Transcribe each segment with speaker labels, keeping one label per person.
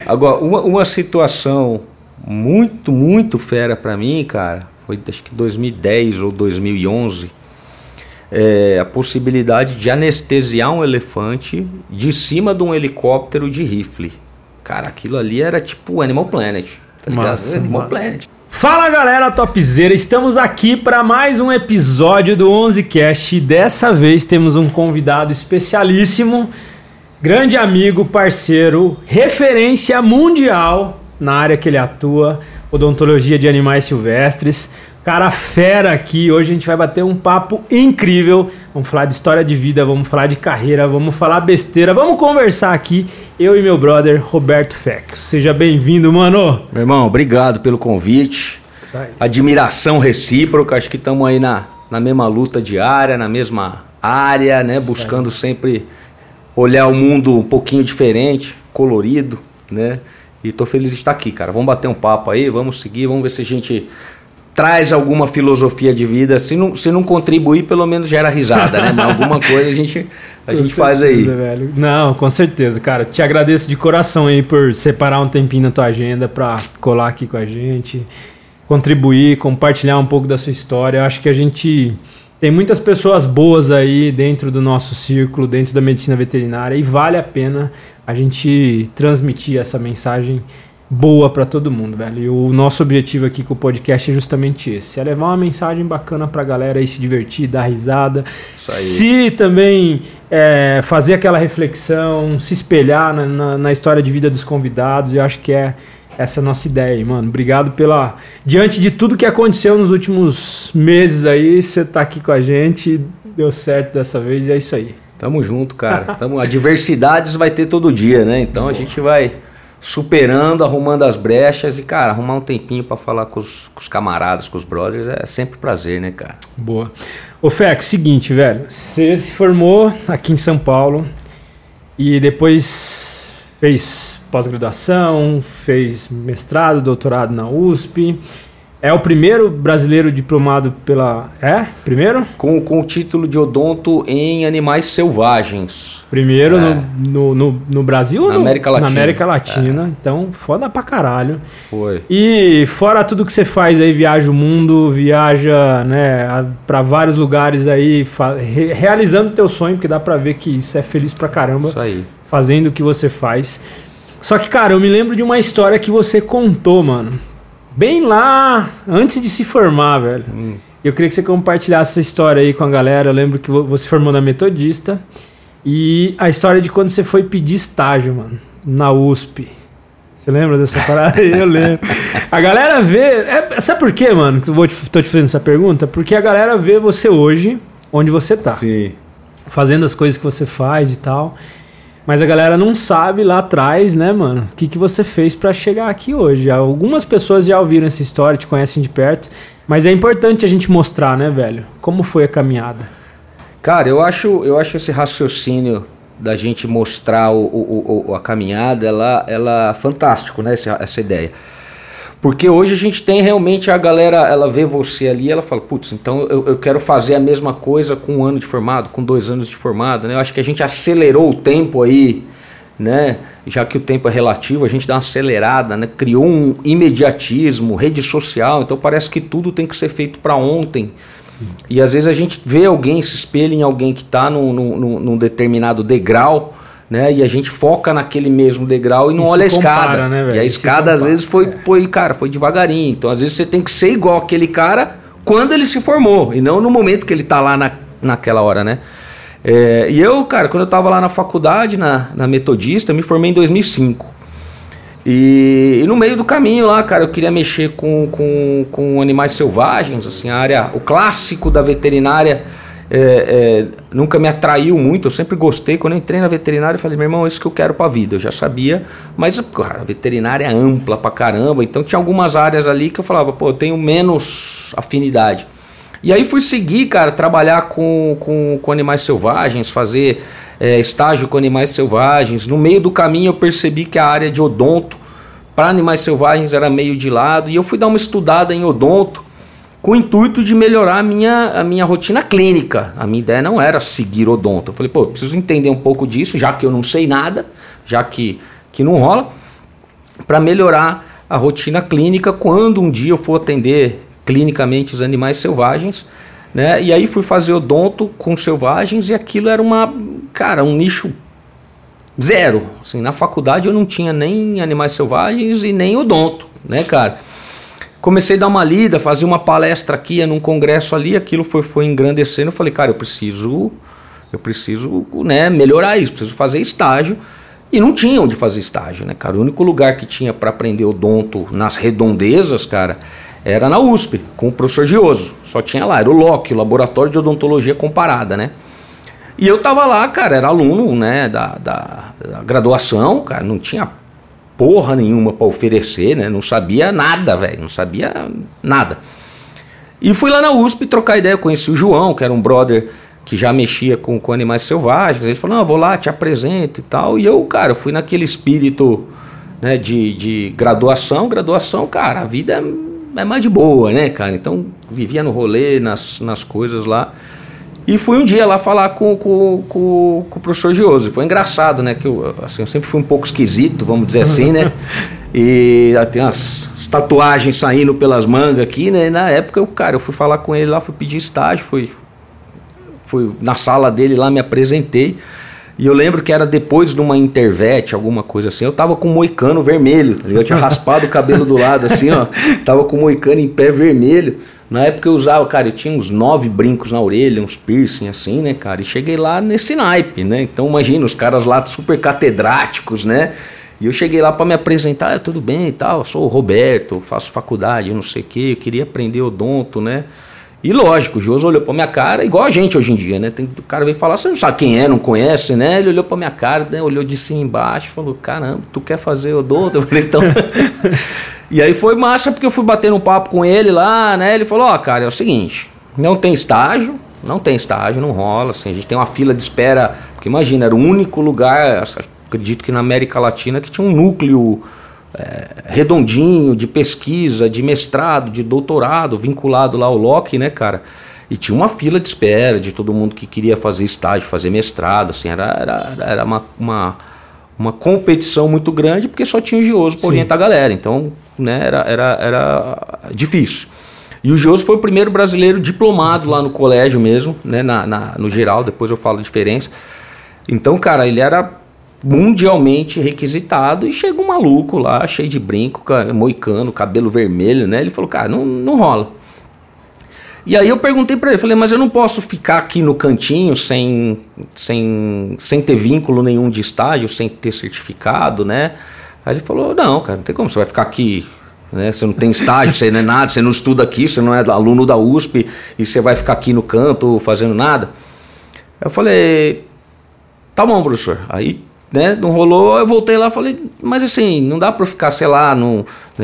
Speaker 1: Agora, uma situação muito, muito fera pra mim, cara, foi acho que 2010 ou 2011, a possibilidade de anestesiar um elefante de cima de um helicóptero de rifle. Cara, aquilo ali era tipo Animal Planet, tá ligado?
Speaker 2: Massa,
Speaker 1: Animal
Speaker 2: massa.
Speaker 1: Planet.
Speaker 2: Fala galera topzera, estamos aqui para mais um episódio do 11cast e dessa vez temos um convidado especialíssimo, grande amigo, parceiro, referência mundial na área que ele atua, odontologia de animais silvestres, cara fera aqui. Hoje a gente vai bater um papo incrível, vamos falar de história de vida, vamos falar de carreira, vamos falar besteira, vamos conversar aqui, eu e meu brother Roberto Fecchio. Seja bem-vindo, mano.
Speaker 1: Meu irmão, obrigado pelo convite, admiração recíproca, acho que estamos aí na mesma luta diária, na mesma área, né, buscando sempre olhar o mundo um pouquinho diferente, colorido, né, e tô feliz de estar aqui, cara. Vamos bater um papo aí, vamos seguir, vamos ver se a gente traz alguma filosofia de vida. Se não contribuir, pelo menos gera risada, né? Mas alguma coisa a gente faz aí.
Speaker 2: Velho. Não, com certeza, cara. Te agradeço de coração aí por separar um tempinho na tua agenda pra colar aqui com a gente, contribuir, compartilhar um pouco da sua história. Eu acho que a gente tem muitas pessoas boas aí dentro do nosso círculo, dentro da medicina veterinária, e vale a pena a gente transmitir essa mensagem boa pra todo mundo, velho. E o nosso objetivo aqui com o podcast é justamente esse: é levar uma mensagem bacana pra galera aí se divertir, dar risada, se também fazer aquela reflexão, se espelhar na história de vida dos convidados. Eu acho que essa é a nossa ideia aí, mano. Obrigado diante de tudo que aconteceu nos últimos meses aí, você tá aqui com a gente, deu certo dessa vez e é isso aí.
Speaker 1: Tamo junto, cara. Adversidades vai ter todo dia, né? Então a gente vai superando, arrumando as brechas e, cara, arrumar um tempinho pra falar com os camaradas, com os brothers, é sempre prazer, né, cara?
Speaker 2: Boa. Ô, Feco, seguinte, velho, você se formou aqui em São Paulo e depois fez pós-graduação, fez mestrado, doutorado na USP. É o primeiro brasileiro diplomado pela... Primeiro?
Speaker 1: Com o título de odonto em animais selvagens.
Speaker 2: Primeiro no Brasil?
Speaker 1: Na América Latina.
Speaker 2: Na América Latina. Então, foda pra caralho.
Speaker 1: Foi.
Speaker 2: E fora tudo que você faz aí, viaja o mundo, viaja, né, pra vários lugares aí, realizando o teu sonho, porque dá pra ver que você é feliz pra caramba.
Speaker 1: Isso aí.
Speaker 2: Fazendo o que você faz. Só que, cara, eu me lembro de uma história que você contou, mano. Bem lá, antes de se formar, velho. Eu queria que você compartilhasse essa história aí com a galera. Eu lembro que você formou na Metodista. E a história de quando você foi pedir estágio, mano, na USP. Você lembra dessa parada? Eu lembro. A galera vê... sabe por quê, mano, que tô te fazendo essa pergunta? Porque a galera vê você hoje, onde você tá.
Speaker 1: Sim.
Speaker 2: Fazendo as coisas que você faz e tal. Mas a galera não sabe lá atrás, né, mano, o que você fez pra chegar aqui hoje. Algumas pessoas já ouviram essa história, te conhecem de perto, mas é importante a gente mostrar, né, velho, como foi a caminhada.
Speaker 1: Cara, eu acho esse raciocínio da gente mostrar a caminhada, ela fantástico, né, essa ideia. Porque hoje a gente tem realmente a galera, ela vê você ali, ela fala, putz, então eu quero fazer a mesma coisa com 1 ano de formado, com 2 anos de formado, né? Eu acho que a gente acelerou o tempo aí, né? Já que o tempo é relativo, a gente dá uma acelerada, né? Criou um imediatismo, rede social, então parece que tudo tem que ser feito para ontem. E às vezes a gente vê alguém, se espelha em alguém que está num determinado degrau, né? E a gente foca naquele mesmo degrau e não olha a escada,
Speaker 2: né,
Speaker 1: e a escada às vezes foi devagarinho. Então às vezes você tem que ser igual aquele cara quando ele se formou e não no momento que ele tá lá naquela hora, né? E eu, cara, quando eu tava lá na faculdade, na Metodista, eu me formei em 2005. E no meio do caminho lá, cara, eu queria mexer com animais selvagens, assim, o clássico da veterinária. Nunca me atraiu muito, eu sempre gostei. Quando eu entrei na veterinária, eu falei, meu irmão, é isso que eu quero pra vida. Eu já sabia, mas cara, a veterinária é ampla pra caramba, então tinha algumas áreas ali que eu falava, pô, eu tenho menos afinidade. E aí fui seguir, cara, trabalhar com animais selvagens, fazer estágio com animais selvagens. No meio do caminho eu percebi que a área de odonto para animais selvagens era meio de lado, e eu fui dar uma estudada em odonto com o intuito de melhorar a minha rotina clínica. A minha ideia não era seguir odonto. Eu falei, pô, eu preciso entender um pouco disso, já que eu não sei nada, já que não rola. para melhorar a rotina clínica quando um dia eu for atender clinicamente os animais selvagens, né? E aí fui fazer odonto com selvagens e aquilo era um nicho zero. Assim, na faculdade eu não tinha nem animais selvagens e nem odonto, né, cara? Comecei a dar uma lida, fazer uma palestra aqui, num congresso ali, aquilo foi engrandecendo. Eu falei, cara, eu preciso, né, melhorar isso, preciso fazer estágio. E não tinha onde fazer estágio, né, cara? O único lugar que tinha para aprender odonto nas redondezas, cara, era na USP, com o professor Gioso. Só tinha lá, era o LOC, o Laboratório de Odontologia Comparada, né? E eu tava lá, cara, era aluno, né, da graduação, cara, não tinha porra nenhuma para oferecer, né? Não sabia nada, velho, não sabia nada. E fui lá na USP trocar ideia, conheci o João, que era um brother que já mexia com animais selvagens. Ele falou, não, eu vou lá, te apresento e tal. E eu, cara, fui naquele espírito, né, de graduação, cara, a vida é mais de boa, né, cara? Então, vivia no rolê, nas coisas lá. E fui um dia lá falar com o professor Gioso. Foi engraçado, né, que eu sempre fui um pouco esquisito, vamos dizer assim, né? E tem umas tatuagens saindo pelas mangas aqui, né? E na época, eu fui falar com ele lá, fui pedir estágio, fui na sala dele lá, me apresentei. E eu lembro que era depois de uma intervete, alguma coisa assim. Eu tava com um moicano vermelho, tá ligado? Eu tinha raspado o cabelo do lado assim, ó. Tava com o moicano em pé vermelho. Na época eu usava, cara, eu tinha uns 9 brincos na orelha, uns piercing assim, né, cara? E cheguei lá nesse naipe, né? Então imagina, os caras lá super catedráticos, né? E eu cheguei lá pra me apresentar, tudo bem e tal, eu sou o Roberto, faço faculdade, não sei o quê, eu queria aprender odonto, né? E lógico, o Joso olhou pra minha cara, igual a gente hoje em dia, né? O cara veio falar, você não sabe quem é, não conhece, né? Ele olhou pra minha cara, né? Olhou de cima embaixo, falou, caramba, tu quer fazer odonto? Eu falei, então... E aí foi massa, porque eu fui bater um papo com ele lá, né? Ele falou, cara, é o seguinte, não tem estágio, não rola, assim, a gente tem uma fila de espera, porque imagina, era o único lugar, acredito que na América Latina, que tinha um núcleo... redondinho, de pesquisa, de mestrado, de doutorado, vinculado lá ao LOC, né, cara? E tinha uma fila de espera de todo mundo que queria fazer estágio, fazer mestrado, assim, era uma competição muito grande, porque só tinha o Gioso para orientar a galera, então, né, era difícil. E o Gioso foi o primeiro brasileiro diplomado lá no colégio mesmo, né, no geral, depois eu falo a diferença. Então, cara, ele era mundialmente requisitado e chega um maluco lá, cheio de brinco, moicano, cabelo vermelho, né? Ele falou, cara, não rola. E aí eu perguntei pra ele, falei, mas eu não posso ficar aqui no cantinho sem ter vínculo nenhum de estágio, sem ter certificado, né? Aí ele falou, não, cara, não tem como, você vai ficar aqui, né? Você não tem estágio, você não é nada, você não estuda aqui, você não é aluno da USP e você vai ficar aqui no canto fazendo nada. Eu falei, tá bom, professor. Aí, né, não rolou, eu voltei lá e falei, mas assim, não dá pra ficar, sei lá, num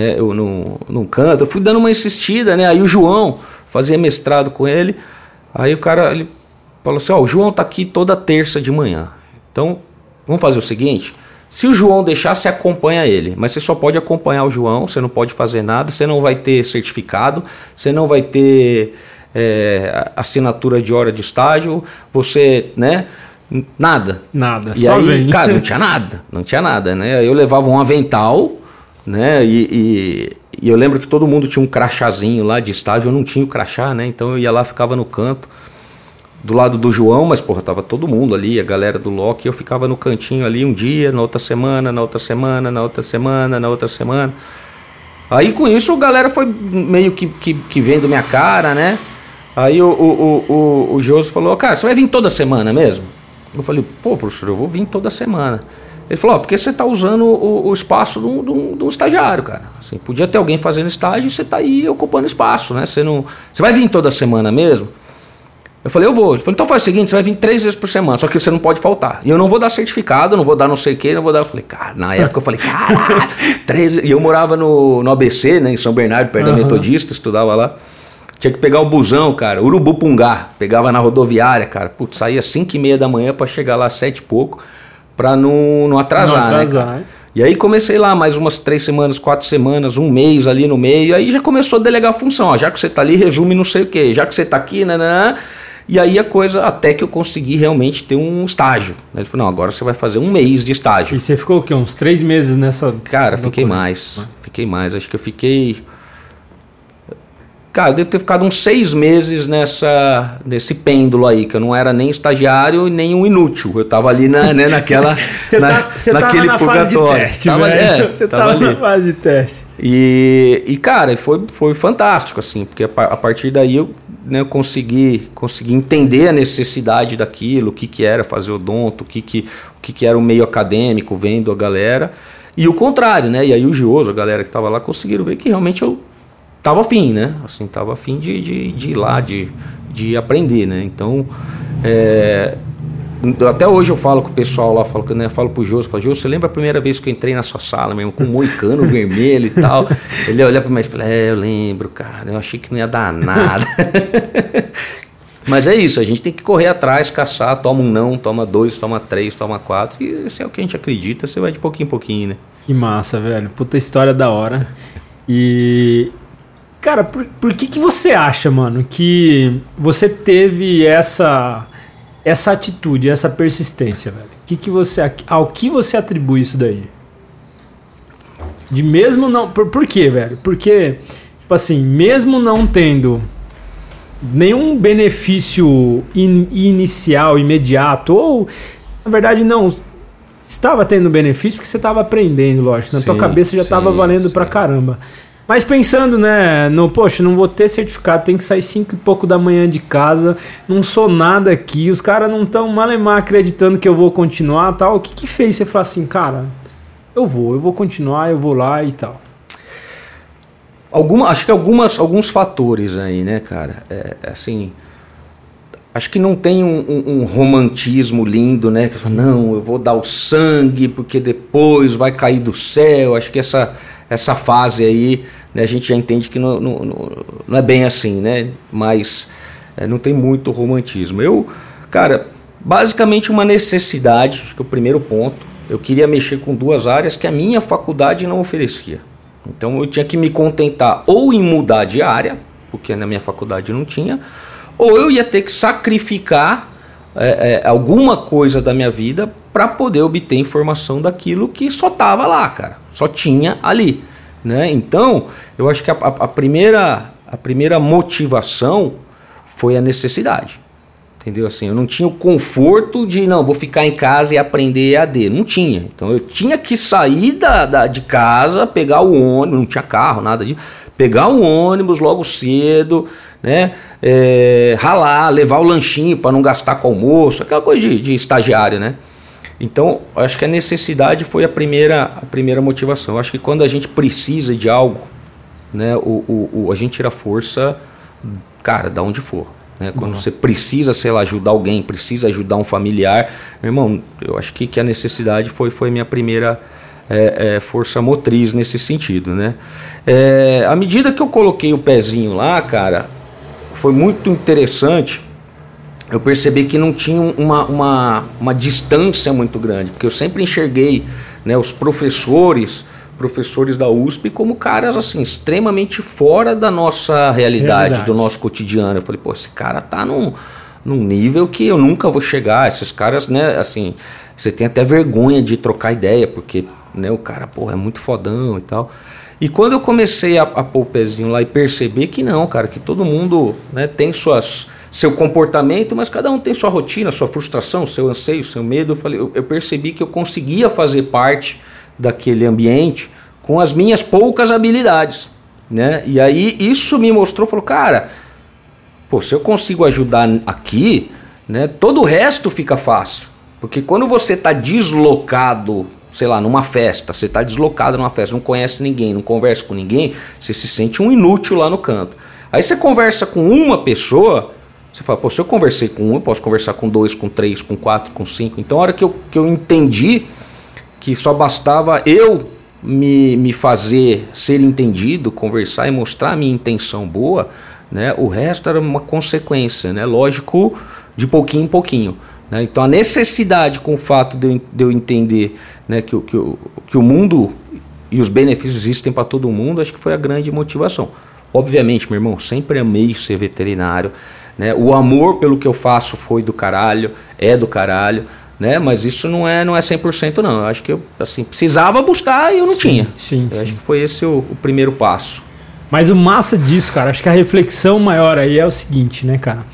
Speaker 1: canto. Eu fui dando uma insistida, né? Aí o João fazia mestrado com ele. Aí o cara, ele falou assim, o João tá aqui toda terça de manhã. Então, vamos fazer o seguinte, se o João deixar, você acompanha ele, mas você só pode acompanhar o João, você não pode fazer nada, você não vai ter certificado, você não vai ter assinatura de hora de estágio, você, né... Nada.
Speaker 2: Nada,
Speaker 1: e
Speaker 2: só
Speaker 1: aí,
Speaker 2: vem.
Speaker 1: cara, não tinha nada, né? Eu levava um avental, né? E eu lembro que todo mundo tinha um crachazinho lá de estágio, eu não tinha o crachá, né? Então eu ia lá, ficava no canto, do lado do João, mas porra, tava todo mundo ali, a galera do LOC, eu ficava no cantinho ali um dia, na outra semana, na outra semana, na outra semana, na outra semana. Aí com isso a galera foi meio que vendo minha cara, né? Aí o Joso falou, cara, você vai vir toda semana mesmo? Eu falei, pô, professor, eu vou vir toda semana. Ele falou, porque você está usando o espaço de um estagiário, cara. Assim, podia ter alguém fazendo estágio e você está aí ocupando espaço, né? Você vai vir toda semana mesmo? Eu falei, eu vou. Ele falou, então faz o seguinte, você vai vir 3 vezes por semana, só que você não pode faltar. E eu não vou dar certificado, não vou dar não sei o que, não vou dar... Eu falei, cara, na época eu falei, caralho, 3... E eu morava no ABC, né, em São Bernardo, perto da Metodista, estudava lá. Tinha que pegar o busão, cara, Urubupungá, pegava na rodoviária, cara, putz, saía 5h30 da manhã pra chegar lá 7 e pouco, pra não atrasar, né, cara? E aí comecei lá mais umas 3 semanas, 4 semanas, um mês ali no meio, aí já começou a delegar a função, ó, já que você tá ali, resume não sei o que, já que você tá aqui, né, E aí a coisa, até que eu consegui realmente ter um estágio. Ele falou, não, agora você vai fazer 1 mês de estágio.
Speaker 2: E você ficou o quê? Uns 3 meses nessa...
Speaker 1: Cara, fiquei mais. Acho que eu fiquei... Cara, eu devo ter ficado uns 6 meses nesse pêndulo aí, que eu não era nem estagiário e nem um inútil. Eu tava ali naquela...
Speaker 2: Você naquele tava na fase de teste, você tava na fase de teste.
Speaker 1: E cara, foi fantástico, assim, porque a partir daí eu consegui entender a necessidade daquilo, o que era fazer odonto, o que era o meio acadêmico, vendo a galera. E o contrário, né? E aí o Gioso, a galera que tava lá, conseguiram ver que realmente eu tava afim, né? Assim, tava afim de ir lá, de aprender, né? Então, até hoje eu falo com o pessoal lá, falo pro Jô, você lembra a primeira vez que eu entrei na sua sala, mesmo, com um moicano vermelho e tal? Ele olha pra mim e fala, eu lembro, cara, eu achei que não ia dar nada. Mas é isso, a gente tem que correr atrás, caçar, toma um não, toma 2, toma 3, toma 4, e se é o que a gente acredita, você vai de pouquinho em pouquinho, né?
Speaker 2: Que massa, velho, puta história da hora. E... Cara, por que você acha, mano, que você teve essa atitude, essa persistência, velho? Ao que você atribui isso daí? De mesmo não... Por quê, velho? Porque, tipo assim, mesmo não tendo nenhum benefício inicial, imediato, ou, na verdade, não... Estava tendo benefício porque você estava aprendendo, lógico. Na tua cabeça já estava valendo pra caramba. Mas pensando, né, poxa, não vou ter certificado, tem que sair 5 e pouco da manhã de casa, não sou nada aqui, os caras não estão malemar acreditando que eu vou continuar e tal. O que fez você falar assim, cara, eu vou continuar, eu vou lá e tal?
Speaker 1: Acho que alguns fatores aí, né, cara, assim... Acho que não tem um romantismo lindo, né? Que fala, não, eu vou dar o sangue porque depois vai cair do céu. Acho que essa fase aí, né, a gente já entende que não é bem assim, né? Mas não tem muito romantismo. Cara, basicamente uma necessidade, acho que é o primeiro ponto. Eu queria mexer com 2 áreas que a minha faculdade não oferecia. Então eu tinha que me contentar ou em mudar de área, porque na minha faculdade não tinha, ou eu ia ter que sacrificar alguma coisa da minha vida para poder obter informação daquilo que só estava lá, cara. Só tinha ali, né? Então, eu acho que a primeira motivação foi a necessidade. Entendeu? Assim, eu não tinha o conforto de, não, vou ficar em casa e aprender EAD. Não tinha. Então, eu tinha que sair de casa, pegar o ônibus, não tinha carro, nada disso. Pegar o ônibus logo cedo, né? Ralar, levar o lanchinho para não gastar com almoço, aquela coisa de estagiário, né? Então, acho que a necessidade foi a primeira motivação. Eu acho que quando a gente precisa de algo, né, a gente tira força, cara, da onde for. Né? Quando você precisa, sei lá, ajudar alguém, precisa ajudar um familiar, meu irmão, eu acho que a necessidade foi a minha primeira força motriz nesse sentido, né? À medida que eu coloquei o pezinho lá, cara, foi muito interessante. Eu percebi que não tinha uma distância muito grande, porque eu sempre enxerguei, né, os professores da USP como caras assim, extremamente fora da nossa realidade, do nosso cotidiano. Eu falei, pô, esse cara tá num nível que eu nunca vou chegar. Esses caras, né, assim, você tem até vergonha de trocar ideia, porque, né, o cara, porra, é muito fodão e tal. E quando eu comecei a pôr o pezinho lá e perceber que não, cara, que todo mundo, né, tem seu comportamento, mas cada um tem sua rotina, sua frustração, seu anseio, seu medo. Eu percebi que eu conseguia fazer parte daquele ambiente com as minhas poucas habilidades, né? E aí isso me mostrou, falou, cara, pô, se eu consigo ajudar aqui, né, todo o resto fica fácil. Porque quando você está deslocado, sei lá, numa festa, você está deslocado numa festa, não conhece ninguém, não conversa com ninguém, você se sente um inútil lá no canto. Aí você conversa com uma pessoa, você fala, pô, se eu conversei com um, eu posso conversar com 2, com 3, com 4, com 5. Então a hora que eu entendi que só bastava eu me fazer ser entendido, conversar e mostrar a minha intenção boa, né, o resto era uma consequência, né, lógico, de pouquinho em pouquinho. Né? Então a necessidade com o fato de eu entender, né, que o mundo e os benefícios existem para todo mundo, acho que foi a grande motivação. Obviamente, meu irmão, sempre amei ser veterinário, né? O amor pelo que eu faço foi do caralho, é do caralho, né? Mas isso não é 100% não. Eu acho que eu assim, precisava buscar e eu não tinha.
Speaker 2: Sim,
Speaker 1: eu acho que foi esse o primeiro passo.
Speaker 2: Mas o massa disso, cara, acho que a reflexão maior aí é o seguinte, né, cara?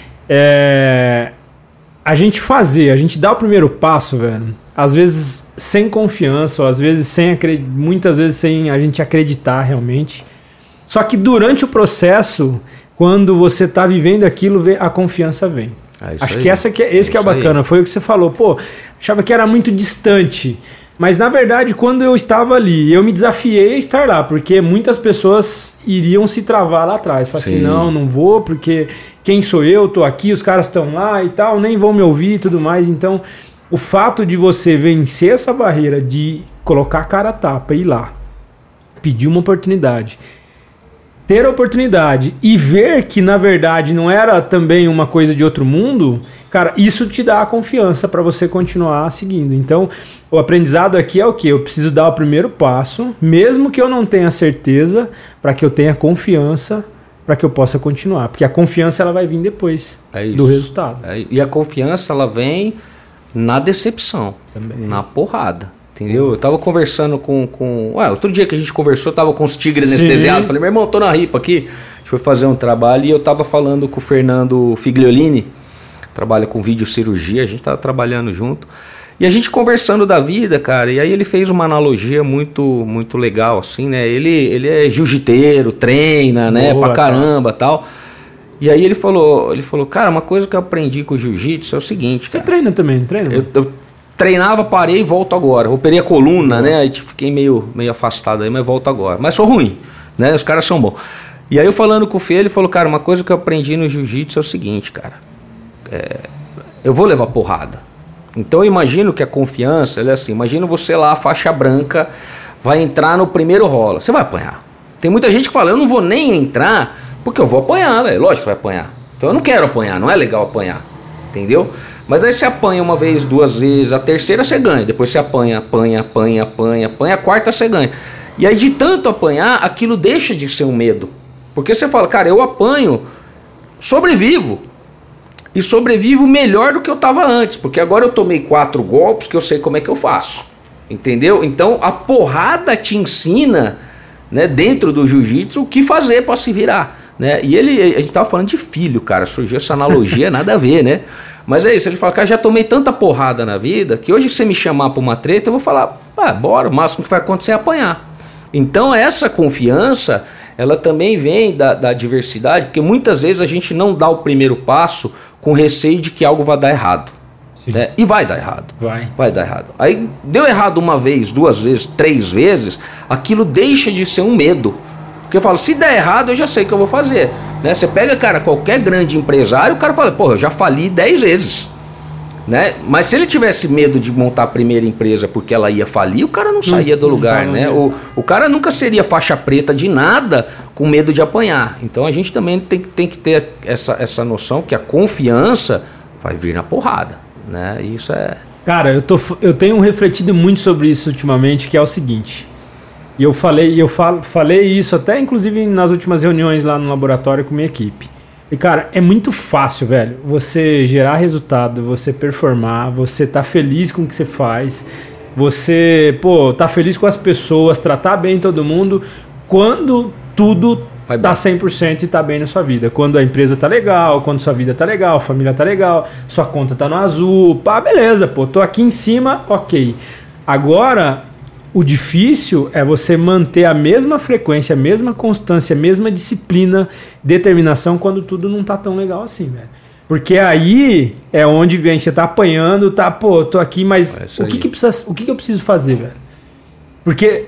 Speaker 2: A gente dá o primeiro passo, velho, às vezes sem confiança, ou às vezes muitas vezes sem a gente acreditar realmente. Só que durante o processo, quando você tá vivendo aquilo, a confiança vem. Acho que esse que é o bacana. Foi o que você falou. Pô, achava que era muito distante. Mas na verdade, quando eu estava ali, eu me desafiei a estar lá, porque muitas pessoas iriam se travar lá atrás. Falar assim, não vou, porque quem sou eu? Tô aqui, os caras estão lá e tal, nem vão me ouvir e tudo mais. Então, o fato de você vencer essa barreira de colocar a cara a tapa e ir lá, pedir uma oportunidade, ter a oportunidade e ver que na verdade não era também uma coisa de outro mundo, cara, isso te dá a confiança para você continuar seguindo. Então, o aprendizado aqui é o quê? Eu preciso dar o primeiro passo, mesmo que eu não tenha certeza, para que eu tenha confiança, para que eu possa continuar. Porque a confiança ela vai vir depois do resultado.
Speaker 1: E a confiança ela vem na decepção, também, na porrada. Entendeu? Eu tava conversando com... outro dia que a gente conversou, eu tava com os tigres anestesiados. Falei, meu irmão, tô na ripa aqui. A gente foi fazer um trabalho e eu tava falando com o Fernando Figliolini, trabalha com videocirurgia, a gente tava trabalhando junto. E a gente conversando da vida, cara, e aí ele fez uma analogia muito, muito legal, assim, né? Ele é jiu-jiteiro, treina, né? Pra caramba e tal. E aí ele falou, cara, uma coisa que eu aprendi com o jiu-jitsu é o seguinte, cara.
Speaker 2: Você treina também, não treina?
Speaker 1: Eu treinava, parei e volto agora. Operei a coluna, né? Aí fiquei meio afastado aí, mas volto agora. Mas sou ruim, né? Os caras são bons. E aí eu falando com o Fê, ele falou, cara, uma coisa que eu aprendi no jiu-jitsu é o seguinte, cara. Eu vou levar porrada. Então eu imagino que a confiança, ela é assim, imagina você lá, faixa branca, vai entrar no primeiro rola. Você vai apanhar. Tem muita gente que fala, eu não vou nem entrar, porque eu vou apanhar, velho. Lógico que vai apanhar. Então eu não quero apanhar, não é legal apanhar. Entendeu? Mas aí você apanha uma vez, duas vezes, a terceira você ganha. Depois você apanha, a quarta você ganha. E aí de tanto apanhar, aquilo deixa de ser um medo. Porque você fala, cara, eu apanho, sobrevivo. E sobrevivo melhor do que eu estava antes. Porque agora eu tomei 4 golpes que eu sei como é que eu faço. Entendeu? Então a porrada te ensina, né, dentro do jiu-jitsu o que fazer para se virar. Né? E a gente tava falando de filho, cara. Surgiu essa analogia, nada a ver, né? Mas é isso, ele fala, cara, já tomei tanta porrada na vida que hoje se você me chamar pra uma treta, eu vou falar, bora, o máximo que vai acontecer é apanhar. Então essa confiança, ela também vem da diversidade, porque muitas vezes a gente não dá o primeiro passo com receio de que algo vai dar errado. Né? E vai dar errado. Vai dar errado. Aí deu errado uma vez, 2 vezes, 3 vezes, aquilo deixa de ser um medo. Porque eu falo, se der errado, eu já sei o que eu vou fazer. Né? Você pega, cara, qualquer grande empresário, o cara fala, eu já fali 10 vezes. Né? Mas se ele tivesse medo de montar a primeira empresa porque ela ia falir, o cara não saía do lugar. Né? O cara nunca seria faixa preta de nada com medo de apanhar. Então a gente também tem que ter essa noção que a confiança vai vir na porrada. Né? Isso é...
Speaker 2: Cara, eu tenho refletido muito sobre isso ultimamente, que é o seguinte... E eu falei isso até inclusive nas últimas reuniões lá no laboratório com minha equipe. E cara, é muito fácil, velho, você gerar resultado, você performar, você tá feliz com o que você faz, você, tá feliz com as pessoas, tratar bem todo mundo, quando tudo tá 100% e tá bem na sua vida. Quando a empresa tá legal, quando sua vida tá legal, a família tá legal, sua conta tá no azul, beleza, tô aqui em cima, ok. Agora... O difícil é você manter a mesma frequência, a mesma constância, a mesma disciplina, determinação quando tudo não tá tão legal assim, velho. Porque aí é onde vem, você tá apanhando, tô aqui, mas o que eu preciso fazer, velho? Porque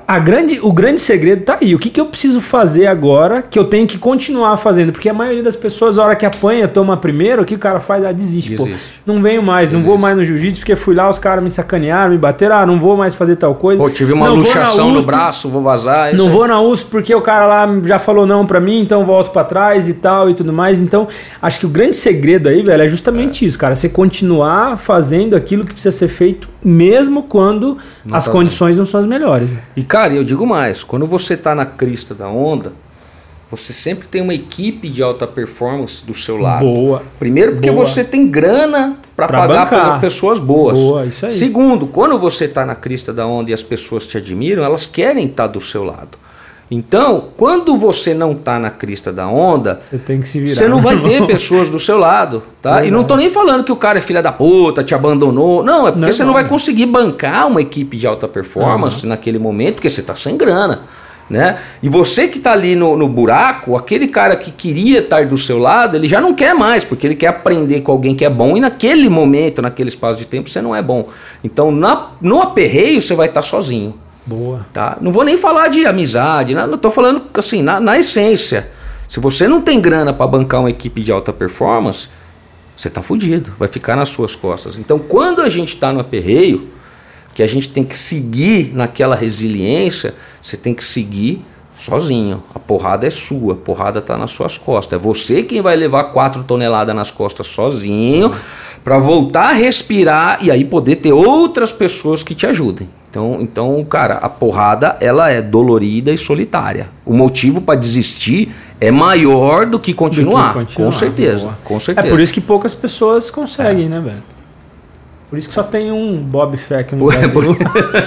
Speaker 2: o grande segredo tá aí. O que eu preciso fazer agora que eu tenho que continuar fazendo? Porque a maioria das pessoas, a hora que apanha, toma primeiro, o que o cara faz? Desiste. Não venho mais, não vou mais no jiu-jitsu, porque fui lá, os caras me sacanearam, me bateram, não vou mais fazer tal coisa.
Speaker 1: Tive uma luxação no braço, vou vazar.
Speaker 2: Não vou na USP porque o cara lá já falou não pra mim, então volto pra trás e tal e tudo mais. Então, acho que o grande segredo aí, velho, é justamente isso, cara. Você continuar fazendo aquilo que precisa ser feito, mesmo quando as condições não são as melhores.
Speaker 1: E, cara, eu digo mais, quando você tá na crista da onda, você sempre tem uma equipe de alta performance do seu lado.
Speaker 2: Boa.
Speaker 1: Primeiro, porque você tem grana para pagar para pessoas boas.
Speaker 2: Boa, isso aí.
Speaker 1: Segundo, quando você está na crista da onda e as pessoas te admiram, elas querem estar do seu lado. Então, quando você não está na crista da onda,
Speaker 2: você tem que se virar.
Speaker 1: Você não vai ter pessoas do seu lado, tá? E não tô nem falando que o cara é filha da puta, te abandonou. Não, é porque você não vai conseguir bancar uma equipe de alta performance naquele momento, porque você tá sem grana, né? E você que tá ali no buraco, aquele cara que queria estar do seu lado, ele já não quer mais, porque ele quer aprender com alguém que é bom, e naquele momento, naquele espaço de tempo, você não é bom. Então, no aperreio, você vai estar sozinho.
Speaker 2: Boa.
Speaker 1: Tá? Não vou nem falar de amizade, não tô falando assim, na essência. Se você não tem grana para bancar uma equipe de alta performance, você tá fudido, vai ficar nas suas costas. Então, quando a gente tá no aperreio, que a gente tem que seguir naquela resiliência, você tem que seguir sozinho. A porrada é sua, a porrada tá nas suas costas. É você quem vai levar 4 toneladas nas costas sozinho, para voltar a respirar e aí poder ter outras pessoas que te ajudem. Então, cara, a porrada, ela é dolorida e solitária. O motivo para desistir é maior do que continuar. Com certeza, com certeza.
Speaker 2: É por isso que poucas pessoas conseguem, né, velho? Por isso que só tem um Bob Feck no Brasil.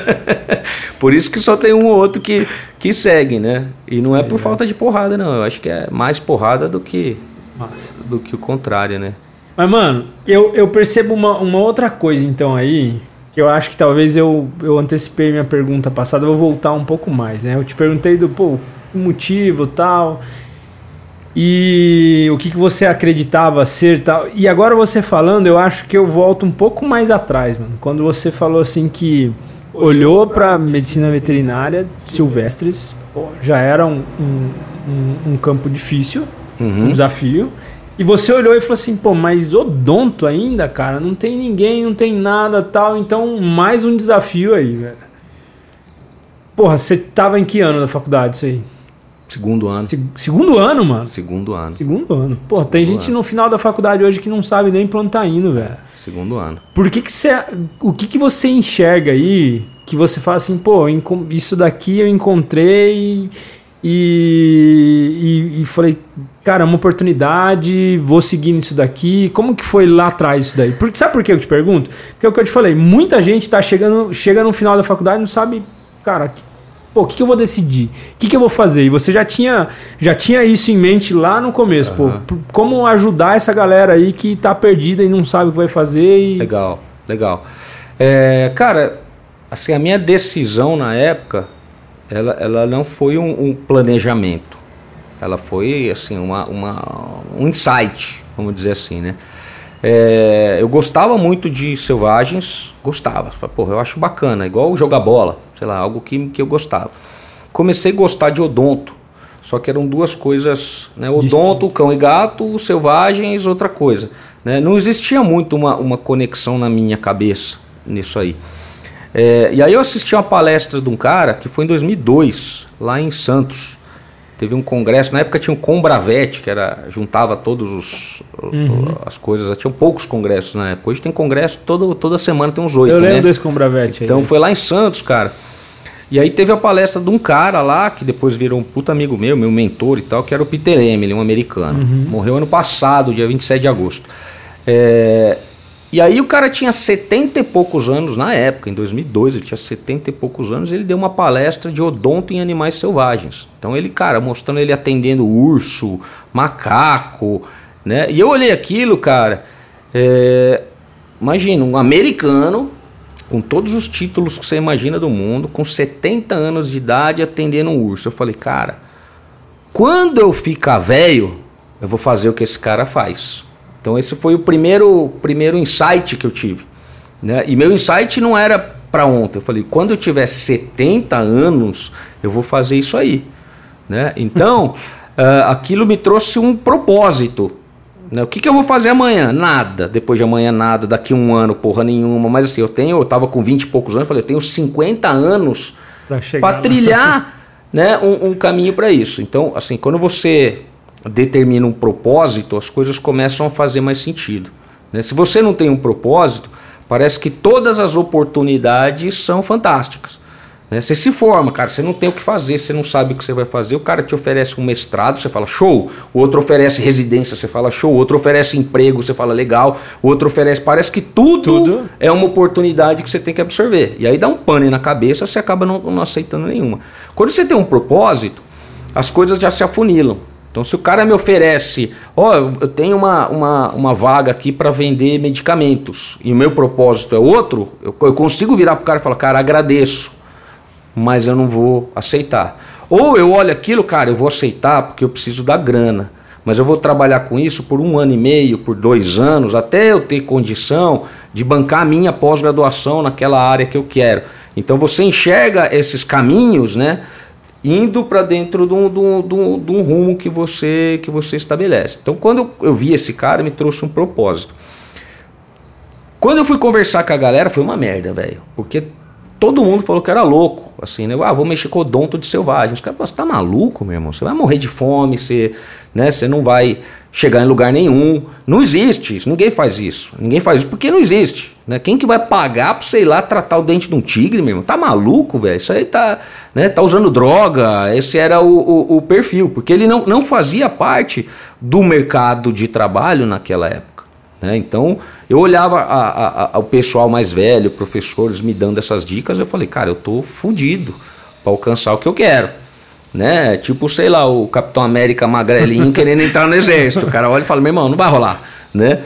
Speaker 1: Por isso que só tem um ou outro que segue, né? E não é por falta de porrada, não. Eu acho que é mais porrada do que o contrário, né?
Speaker 2: Mas, mano, eu percebo uma outra coisa, então, aí... Eu acho que talvez eu antecipei minha pergunta passada, eu vou voltar um pouco mais, né? Eu te perguntei o motivo e tal, e o que você acreditava ser tal. E agora você falando, eu acho que eu volto um pouco mais atrás, mano. Quando você falou assim que olhou pra medicina veterinária, Silvestres, já era um campo difícil, um desafio. E você olhou e falou assim, mas odonto ainda, cara, não tem ninguém, não tem nada, tal, então mais um desafio aí, velho. Porra, você tava em que ano da faculdade, isso aí?
Speaker 1: Segundo ano.
Speaker 2: Segundo ano, mano?
Speaker 1: Segundo ano.
Speaker 2: Segundo ano. Porra, tem gente no final da faculdade hoje que não sabe nem pra onde tá indo, velho.
Speaker 1: Segundo ano.
Speaker 2: Por que você... O que você enxerga aí que você fala assim, isso daqui eu encontrei... E falei, cara, é uma oportunidade, vou seguir nisso daqui. Como que foi lá atrás isso daí? Sabe por que eu te pergunto? Porque é o que eu te falei, muita gente chega no final da faculdade e não sabe, cara, o que eu vou decidir? O que eu vou fazer? E você já tinha isso em mente lá no começo, como ajudar essa galera aí que tá perdida e não sabe o que vai fazer.
Speaker 1: Legal. Cara, assim, a minha decisão na época, ela não foi um planejamento, ela foi assim um insight, vamos dizer assim, né? Eu gostava muito de selvagens, eu acho bacana, igual jogar bola, sei lá, algo que eu gostava. Comecei a gostar de odonto, só que eram duas coisas, né? Odonto, cão e gato, selvagens, outra coisa, né? Não existia muito uma conexão na minha cabeça nisso aí. E aí eu assisti uma palestra de um cara que foi em 2002, lá em Santos. Teve um congresso, na época tinha um Combravet, que juntava todos as coisas. Tinham poucos congressos na época. Hoje tem congresso, toda semana tem uns 8,
Speaker 2: eu lembro desse Combravet aí.
Speaker 1: Então foi lá em Santos, cara. E aí teve a palestra de um cara lá, que depois virou um puta amigo meu mentor e tal, que era o Peter Emily, um americano. Morreu ano passado, dia 27 de agosto. E aí o cara tinha 70 e poucos anos na época, em 2002, ele tinha 70 e poucos anos, e ele deu uma palestra de odonto em animais selvagens. Então ele, cara, mostrando ele atendendo urso, macaco, né? E eu olhei aquilo, cara, imagina, um americano, com todos os títulos que você imagina do mundo, com 70 anos de idade atendendo um urso. Eu falei, cara, quando eu ficar velho, eu vou fazer o que esse cara faz. Então esse foi o primeiro insight que eu tive, né? E meu insight não era para ontem. Eu falei, quando eu tiver 70 anos, eu vou fazer isso aí, né? Então, aquilo me trouxe um propósito, né? O que eu vou fazer amanhã? Nada. Depois de amanhã, nada. Daqui um ano, porra nenhuma. Mas assim, eu tava com 20 e poucos anos, eu falei, eu tenho 50 anos para trilhar, né, um caminho para isso. Então, assim, quando você determina um propósito, as coisas começam a fazer mais sentido, né? Se você não tem um propósito, parece que todas as oportunidades são fantásticas, Né? Você se forma, cara, você não tem o que fazer, você não sabe o que você vai fazer, o cara te oferece um mestrado, você fala show, o outro oferece residência, você fala show, o outro oferece emprego, você fala legal, o outro oferece, parece que tudo é uma oportunidade que você tem que absorver, e aí dá um pane na cabeça, você acaba não aceitando nenhuma. Quando você tem um propósito, as coisas já se afunilam. Então se o cara me oferece, eu tenho uma vaga aqui para vender medicamentos, e o meu propósito é outro, eu consigo virar pro cara e falar, cara, agradeço, mas eu não vou aceitar. Ou eu olho aquilo, cara, eu vou aceitar porque eu preciso da grana, mas eu vou trabalhar com isso por 1 ano e meio, por 2 anos, até eu ter condição de bancar a minha pós-graduação naquela área que eu quero. Então você enxerga esses caminhos, né, indo para dentro de um rumo que você estabelece. Então quando eu vi esse cara, me trouxe um propósito. Quando eu fui conversar com a galera, foi uma merda, velho, porque todo mundo falou que era louco, assim, né? Vou mexer com odonto de selvagem. Os caras, você tá maluco, meu irmão? Você vai morrer de fome, você não vai chegar em lugar nenhum. Não existe isso, ninguém faz isso. Ninguém faz isso porque não existe, né? Quem que vai pagar pra, sei lá, tratar o dente de um tigre, meu irmão? Tá maluco, velho? Isso aí tá usando droga. Esse era o perfil, porque ele não fazia parte do mercado de trabalho naquela época. Né? Então eu olhava o pessoal mais velho, professores me dando essas dicas, eu falei, cara, eu tô fudido para alcançar o que eu quero, né? Tipo, sei lá, o Capitão América magrelinho querendo entrar no exército, o cara olha e fala, meu irmão, não vai rolar, né?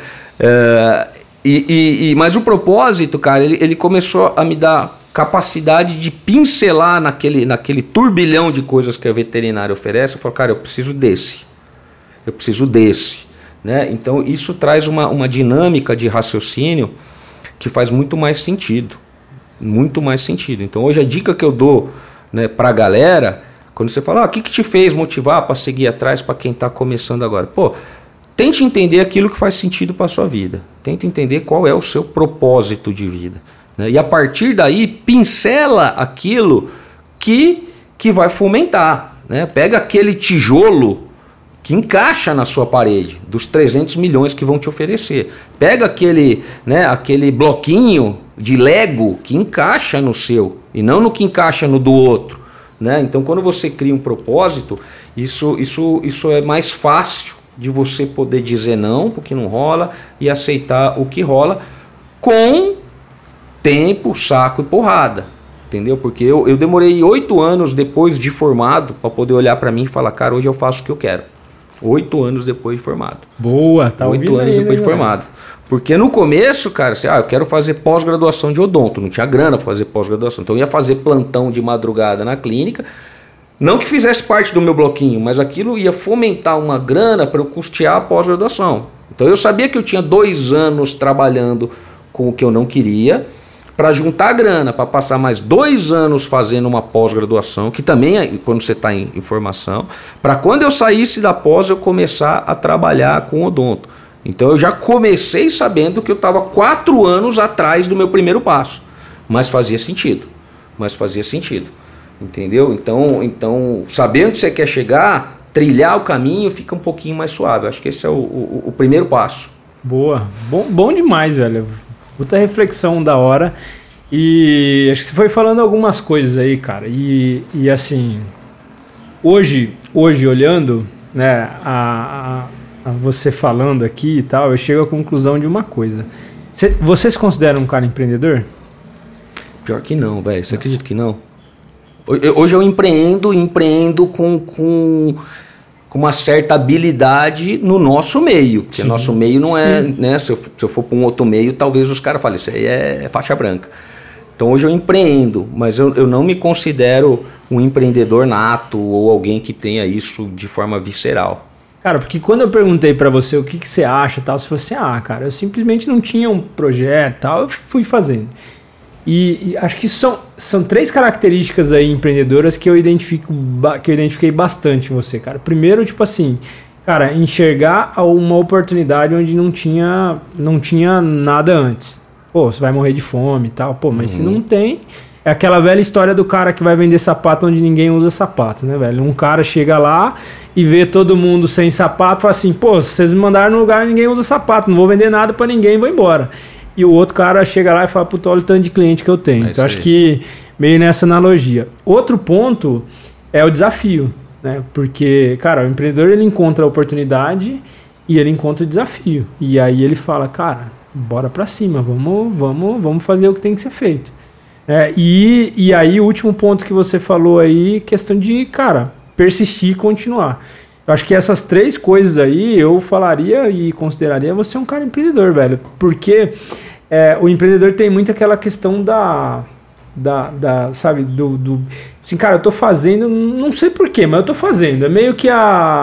Speaker 1: Mas o propósito, cara, ele começou a me dar capacidade de pincelar naquele turbilhão de coisas que a veterinária oferece. Eu falo, cara, eu preciso desse, né? Então isso traz uma dinâmica de raciocínio que faz muito mais sentido. Então hoje a dica que eu dou, né, para a galera, quando você fala, o que te fez motivar para seguir atrás, para quem está começando agora? Tente entender aquilo que faz sentido para a sua vida. Tente entender qual é o seu propósito de vida, né? E a partir daí pincela aquilo que vai fomentar, né? Pega aquele tijolo que encaixa na sua parede, dos 300 milhões que vão te oferecer. Pega aquele bloquinho de Lego que encaixa no seu, e não no que encaixa no do outro, né? Então quando você cria um propósito, isso é mais fácil de você poder dizer não, porque não rola, e aceitar o que rola, com tempo, saco e porrada. Entendeu? Porque eu demorei 8 anos depois de formado para poder olhar para mim e falar, cara, hoje eu faço o que eu quero. 8 anos depois de formado.
Speaker 2: Boa, tá ouvindo
Speaker 1: 8 anos
Speaker 2: aí,
Speaker 1: depois
Speaker 2: né,
Speaker 1: de formado. Porque no começo, cara, eu quero fazer pós-graduação de odonto. Não tinha grana para fazer pós-graduação. Então eu ia fazer plantão de madrugada na clínica. Não que fizesse parte do meu bloquinho, mas aquilo ia fomentar uma grana para eu custear a pós-graduação. Então eu sabia que eu tinha 2 anos trabalhando com o que eu não queria, para juntar grana, para passar mais 2 anos fazendo uma pós-graduação, que também é quando você está em formação, para quando eu saísse da pós eu começar a trabalhar com odonto. Então eu já comecei sabendo que eu estava 4 anos atrás do meu primeiro passo, mas fazia sentido, entendeu? Então saber onde você quer chegar, trilhar o caminho, fica um pouquinho mais suave. Acho que esse é o primeiro passo.
Speaker 2: Boa, bom demais, velho. Puta reflexão da hora. E acho que você foi falando algumas coisas aí, cara. E assim, hoje olhando, né, a você falando aqui e tal, eu chego à conclusão de uma coisa. Você se considera um cara empreendedor?
Speaker 1: Pior que não, velho. Você acredita que não? Hoje eu empreendo com uma certa habilidade no nosso meio. Porque nosso meio não é, né? Se eu for para um outro meio, talvez os caras falem, isso aí é faixa branca. Então hoje eu empreendo, mas eu não me considero um empreendedor nato ou alguém que tenha isso de forma visceral.
Speaker 2: Cara, porque quando eu perguntei pra você o que você acha e tal, você falou assim, cara, eu simplesmente não tinha um projeto e tal, eu fui fazendo. E acho que são 3 características aí empreendedoras que eu identifiquei bastante em você, cara. Primeiro, tipo assim, cara, enxergar uma oportunidade onde não tinha nada antes. Você vai morrer de fome e tal. Mas se não tem... É aquela velha história do cara que vai vender sapato onde ninguém usa sapato, né, velho? Um cara chega lá e vê todo mundo sem sapato e fala assim, vocês me mandaram no lugar onde ninguém usa sapato, não vou vender nada pra ninguém, vou embora. E o outro cara chega lá e fala, olha o tanto de cliente que eu tenho. Então acho que meio nessa analogia. Outro ponto é o desafio, né? Porque, cara, o empreendedor ele encontra a oportunidade e ele encontra o desafio. E aí ele fala, cara, bora pra cima, vamos fazer o que tem que ser feito. E aí o último ponto que você falou aí, questão de, cara, persistir e continuar. Eu acho que essas 3 coisas aí eu falaria e consideraria você um cara empreendedor, velho. Porque o empreendedor tem muito aquela questão sabe, assim, cara, eu tô fazendo, não sei porquê, mas eu tô fazendo. É meio que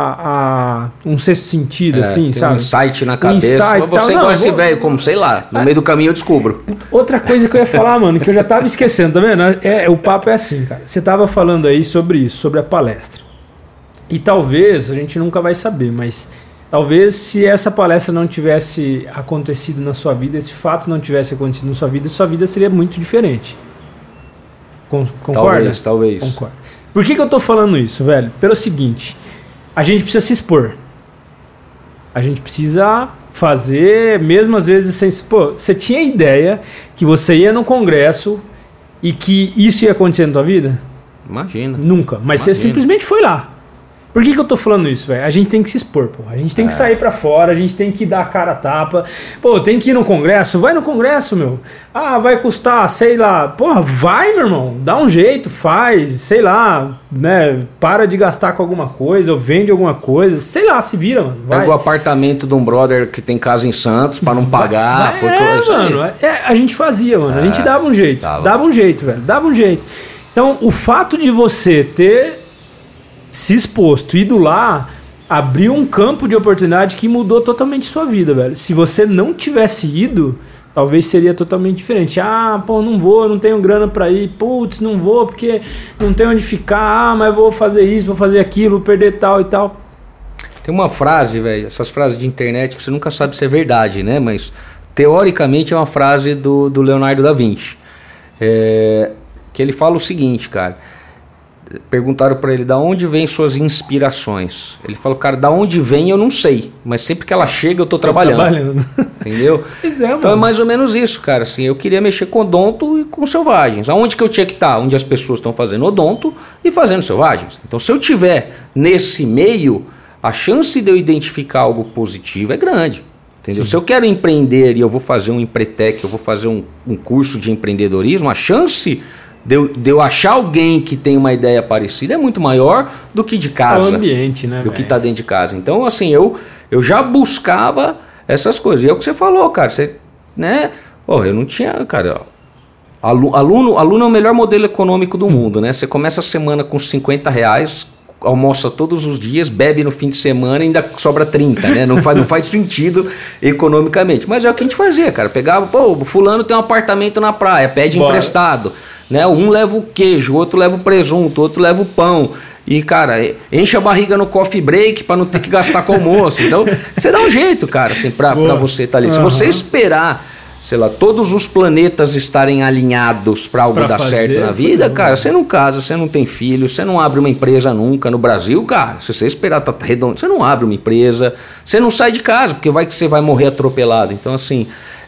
Speaker 2: um sexto sentido, assim, sabe?
Speaker 1: Um insight na cabeça. Você igual esse velho, como, sei lá, no meio do caminho eu descubro.
Speaker 2: Outra coisa que eu ia falar, mano, que eu já tava esquecendo, tá vendo? O papo é assim, cara. Você tava falando aí sobre isso, sobre a palestra. E talvez, a gente nunca vai saber, mas talvez se essa palestra não tivesse acontecido na sua vida, esse fato não tivesse acontecido na sua vida seria muito diferente. Concorda?
Speaker 1: Talvez.
Speaker 2: Concordo. Por que eu tô falando isso, velho? Pelo seguinte, a gente precisa se expor. A gente precisa fazer, mesmo às vezes sem... Pô, você tinha ideia que você ia no congresso e que isso ia acontecer na tua vida?
Speaker 1: Imagina.
Speaker 2: Nunca. Mas você simplesmente foi lá. Por que eu tô falando isso, velho? A gente tem que se expor, pô. A gente tem que sair pra fora, a gente tem que dar a cara a tapa. Pô, tem que ir no congresso? Vai no congresso, meu. Ah, vai custar, sei lá. Porra, vai, meu irmão. Dá um jeito, faz, sei lá, né? Para de gastar com alguma coisa, ou vende alguma coisa. Sei lá, se vira, mano. Vai.
Speaker 1: Pega o apartamento de um brother que tem casa em Santos pra não pagar.
Speaker 2: Mano. A gente fazia, mano. A gente dava um jeito. Dava um jeito, velho. Dava um jeito. Então, o fato de você ter se exposto, ido lá, abriu um campo de oportunidade que mudou totalmente sua vida, velho. Se você não tivesse ido, talvez seria totalmente diferente. Ah, pô, não vou, não tenho grana pra ir. Putz, não vou porque não tenho onde ficar. Ah, mas vou fazer isso, vou fazer aquilo, vou perder tal e tal.
Speaker 1: Tem uma frase, velho, essas frases de internet que você nunca sabe se é verdade, né? Mas teoricamente é uma frase do Leonardo da Vinci. Que ele fala o seguinte, cara. Perguntaram pra ele, da onde vêm suas inspirações? Ele falou, cara, da onde vem eu não sei, mas sempre que ela chega eu tô trabalhando. Entendeu? Então é mais ou menos isso, cara. Assim, eu queria mexer com odonto e com selvagens. Aonde que eu tinha que estar? Onde as pessoas estão fazendo odonto e fazendo selvagens. Então se eu tiver nesse meio, a chance de eu identificar algo positivo é grande. Entendeu? Se eu quero empreender e eu vou fazer um Empretec, eu vou fazer um curso de empreendedorismo, a chance de eu achar alguém que tem uma ideia parecida é muito maior do que de casa.
Speaker 2: O ambiente, né?
Speaker 1: Do que tá dentro de casa. Então, assim, eu já buscava essas coisas. E é o que você falou, cara. Você, né? Eu não tinha, cara. Aluno é o melhor modelo econômico do mundo, né? Você começa a semana com R$50, almoça todos os dias, bebe no fim de semana e ainda sobra 30, né? Não faz sentido economicamente. Mas é o que a gente fazia, cara. Pegava, pô, o fulano tem um apartamento na praia, pede emprestado. Né? Um leva o queijo, o outro leva o presunto, o outro leva o pão. E, cara, enche a barriga no coffee break pra não ter que gastar com o almoço. Então, você dá um jeito, cara, assim, pra você estar ali. Se você esperar, sei lá, todos os planetas estarem alinhados pra algo dar certo na vida, cara, você não casa, você não tem filho, você não abre uma empresa nunca. No Brasil, cara, se você esperar tá redondo, você não abre uma empresa, você não sai de casa, porque vai que você vai morrer atropelado. Então, assim,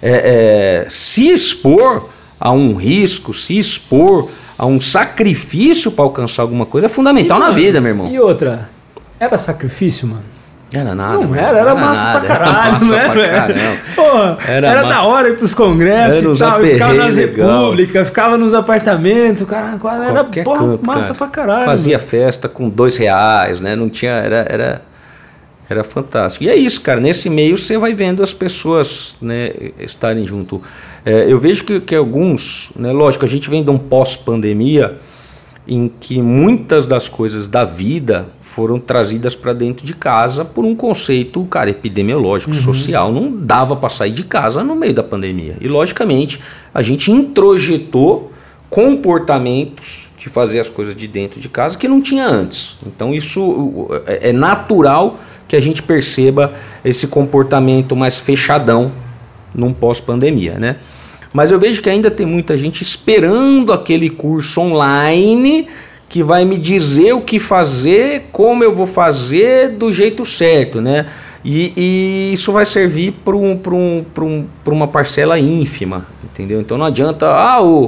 Speaker 1: se expor a um risco, se expor a um sacrifício para alcançar alguma coisa é fundamental na vida, meu irmão.
Speaker 2: E outra, era sacrifício, mano?
Speaker 1: Era nada.
Speaker 2: Não era massa nada, pra caralho, Porra, era da hora ir pros congressos e tal, ficava nas repúblicas, ficava nos apartamentos, cara, era massa pra caralho.
Speaker 1: Fazia festa com R$2, né? Não tinha, era fantástico. E é isso, cara. Nesse meio você vai vendo as pessoas, né, estarem junto. Eu vejo que alguns, né, lógico, a gente vem de um pós-pandemia em que muitas das coisas da vida foram trazidas para dentro de casa por um conceito, cara, epidemiológico, social. Não dava para sair de casa no meio da pandemia. E, logicamente, a gente introjetou comportamentos de fazer as coisas de dentro de casa que não tinha antes. Então, isso é natural que a gente perceba esse comportamento mais fechadão num pós-pandemia, né? Mas eu vejo que ainda tem muita gente esperando aquele curso online que vai me dizer o que fazer, como eu vou fazer do jeito certo, né? E isso vai servir para uma parcela ínfima, entendeu? Então não adianta,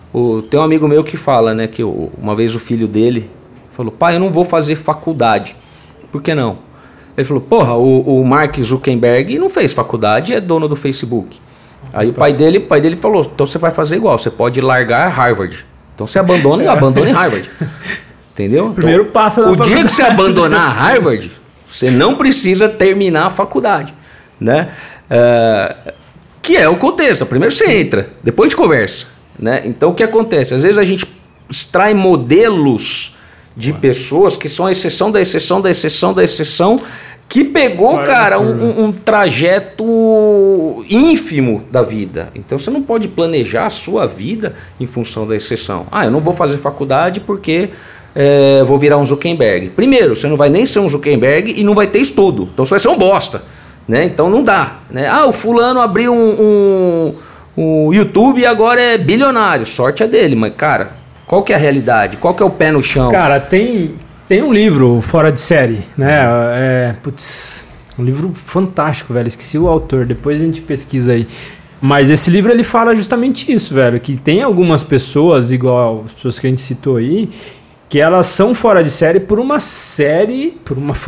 Speaker 1: Tem um amigo meu que fala, né, que uma vez o filho dele falou, pai, eu não vou fazer faculdade. Por que não? Ele falou, porra, o Mark Zuckerberg não fez faculdade, é dono do Facebook. Aí o pai dele falou, então você vai fazer igual, você pode largar Harvard. Então você abandone Harvard. Entendeu?
Speaker 2: Primeiro
Speaker 1: então,
Speaker 2: passo
Speaker 1: o dia que você abandonar Harvard, você não precisa terminar a faculdade, né? Que é o contexto. Primeiro você entra, depois a gente conversa, né? Então o que acontece? Às vezes a gente extrai modelos de pessoas que são a exceção da exceção da exceção da exceção, que pegou, cara, um trajeto ínfimo da vida. Então você não pode planejar a sua vida em função da exceção. Eu não vou fazer faculdade porque vou virar um Zuckerberg. Primeiro, você não vai nem ser um Zuckerberg e não vai ter estudo. Então você vai ser um bosta, né? Então não dá, né? O fulano abriu um YouTube e agora é bilionário. Sorte é dele, mas, cara, qual que é a realidade? Qual que é o pé no chão?
Speaker 2: Cara, tem um livro fora de série, né? Um livro fantástico, velho. Esqueci o autor, depois a gente pesquisa aí. Mas esse livro ele fala justamente isso, velho. Que tem algumas pessoas, igual as pessoas que a gente citou aí, que elas são fora de série por uma série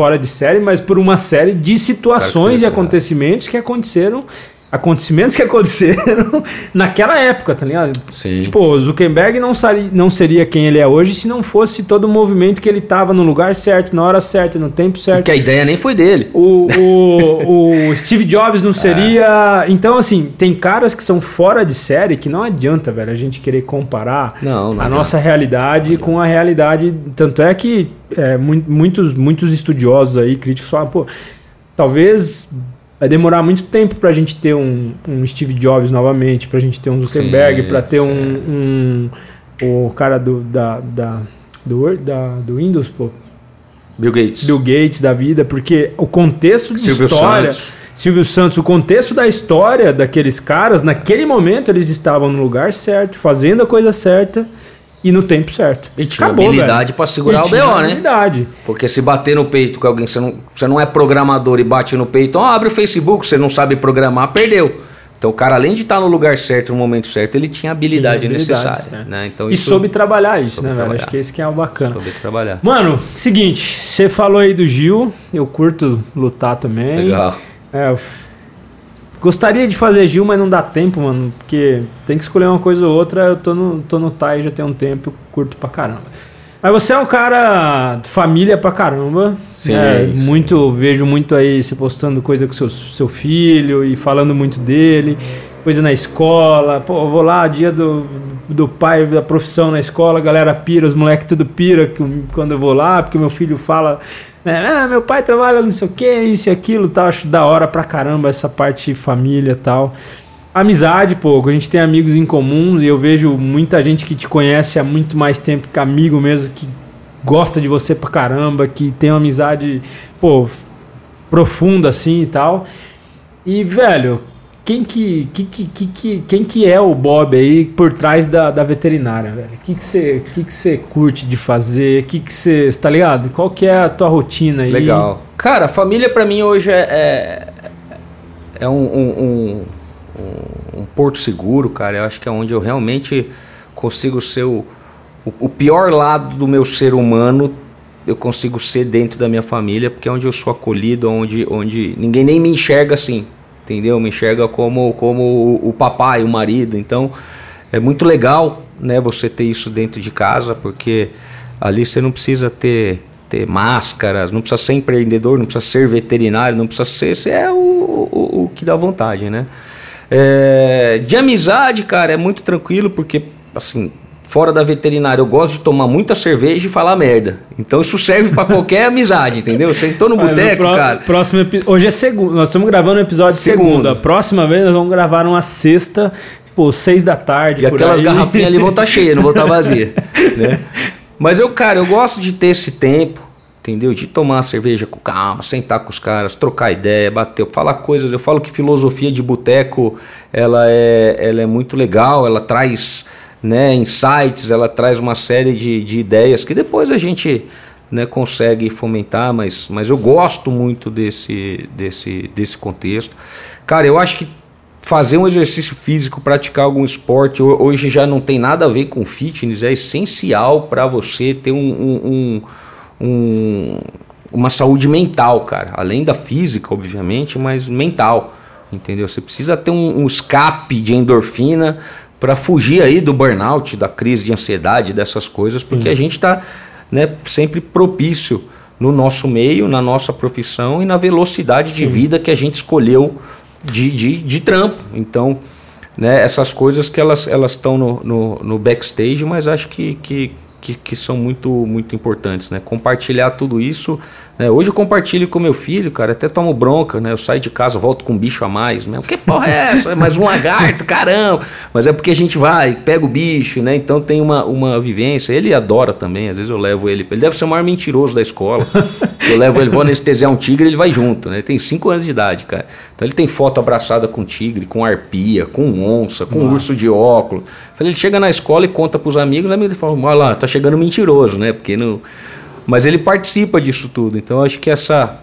Speaker 2: de situações e acontecimentos que aconteceram naquela época, tá ligado?
Speaker 1: Sim.
Speaker 2: Tipo, o Zuckerberg não seria quem ele é hoje se não fosse todo o movimento que ele tava no lugar certo, na hora certa, no tempo certo.
Speaker 1: Porque a ideia nem foi dele.
Speaker 2: O Steve Jobs não seria... Então, assim, tem caras que são fora de série que não adianta, velho, a gente querer comparar a nossa realidade com a realidade. Tanto é que muitos estudiosos aí, críticos, falam, pô, talvez... vai demorar muito tempo pra gente ter um Steve Jobs novamente, pra gente ter um Zuckerberg, pra ter o cara do Windows, pô.
Speaker 1: Bill
Speaker 2: Gates da vida, porque o contexto de história... Silvio Santos, o contexto da história daqueles caras, naquele momento eles estavam no lugar certo, fazendo a coisa certa e no tempo certo.
Speaker 1: E tinha habilidade para segurar o BO, né? Porque se bater no peito com alguém, você não é programador e bate no peito, abre o Facebook, você não sabe programar, perdeu. Então o cara, além de estar no lugar certo, no momento certo, ele tinha a habilidade necessária. Né? Então,
Speaker 2: soube trabalhar isso, né, velho? Acho que esse que é o bacana.
Speaker 1: Soube trabalhar.
Speaker 2: Mano, seguinte, você falou aí do Gil, eu curto lutar também.
Speaker 1: Legal.
Speaker 2: Eu gostaria de fazer Gil, mas não dá tempo, mano, porque tem que escolher uma coisa ou outra. Eu tô no TAI já tem um tempo, curto pra caramba. Mas você é um cara família pra caramba.
Speaker 1: Sim.
Speaker 2: Vejo muito aí você postando coisa com seu filho e falando muito dele, coisa na escola. Pô, eu vou lá, dia do pai, da profissão na escola, a galera pira, os moleques tudo pira quando eu vou lá, porque meu filho fala, né, meu pai trabalha não sei o que, isso e aquilo, tal. Acho da hora pra caramba essa parte família e tal. Amizade, pô, a gente tem amigos em comum e eu vejo muita gente que te conhece há muito mais tempo que amigo mesmo, que gosta de você pra caramba, que tem uma amizade, pô, profunda assim e tal. E, velho, quem que é o Bob aí por trás da veterinária, velho? O que você curte de fazer? Que você, tá ligado? Qual que é a tua rotina aí?
Speaker 1: Legal. Cara, a família pra mim hoje é um porto seguro, cara. Eu acho que é onde eu realmente consigo ser o pior lado do meu ser humano. Eu consigo ser dentro da minha família, porque é onde eu sou acolhido, onde ninguém nem me enxerga assim, entendeu? Me enxerga como o papai, o marido. Então é muito legal, né, você ter isso dentro de casa, porque ali você não precisa ter máscaras, não precisa ser empreendedor, não precisa ser veterinário, não precisa ser, você é o que dá vontade, né? De amizade, cara, é muito tranquilo, porque assim, fora da veterinária eu gosto de tomar muita cerveja e falar merda. Então isso serve pra qualquer amizade, entendeu? Sentou no boteco, cara.
Speaker 2: Hoje é segunda, nós estamos gravando um episódio de segunda. A próxima vez nós vamos gravar uma sexta, 6 da tarde.
Speaker 1: E aquelas garrafinhas ali vão estar cheias, não vão estar vazias, né? Mas eu gosto de ter esse tempo, entendeu? De tomar cerveja com calma, sentar com os caras, trocar ideia, bater, falar coisas. Eu falo que filosofia de boteco, ela é muito legal, ela traz, né, insights, ela traz uma série de ideias que depois a gente, né, consegue fomentar, mas eu gosto muito desse contexto. Cara, eu acho que fazer um exercício físico, praticar algum esporte, hoje já não tem nada a ver com fitness, é essencial para você ter uma saúde mental, cara. Além da física, obviamente, mas mental, entendeu? Você precisa ter um escape de endorfina para fugir aí do burnout, da crise de ansiedade, dessas coisas, porque a gente está, né, sempre propício no nosso meio, na nossa profissão e na velocidade de vida que a gente escolheu de trampo. Então, né, essas coisas que elas estão no backstage, mas acho que são muito importantes, né? Compartilhar tudo isso, né? Hoje eu compartilho com meu filho, cara, até tomo bronca, né? Eu saio de casa, volto com um bicho a mais, né? Que porra é essa? É mais um lagarto, caramba! Mas é porque a gente vai, pega o bicho, né? Então tem uma vivência. Ele adora também, às vezes eu levo ele. Ele deve ser o maior mentiroso da escola. Eu levo ele, vou anestesiar um tigre, ele vai junto, né? Ele tem 5 anos de idade, cara. Então ele tem foto abraçada com tigre, com arpia, com onça, com urso de óculos. Ele chega na escola e conta pros amigos, os amigos falam, olha lá, tá chegando mentiroso, né? Porque não... Mas ele participa disso tudo. Então eu acho que essa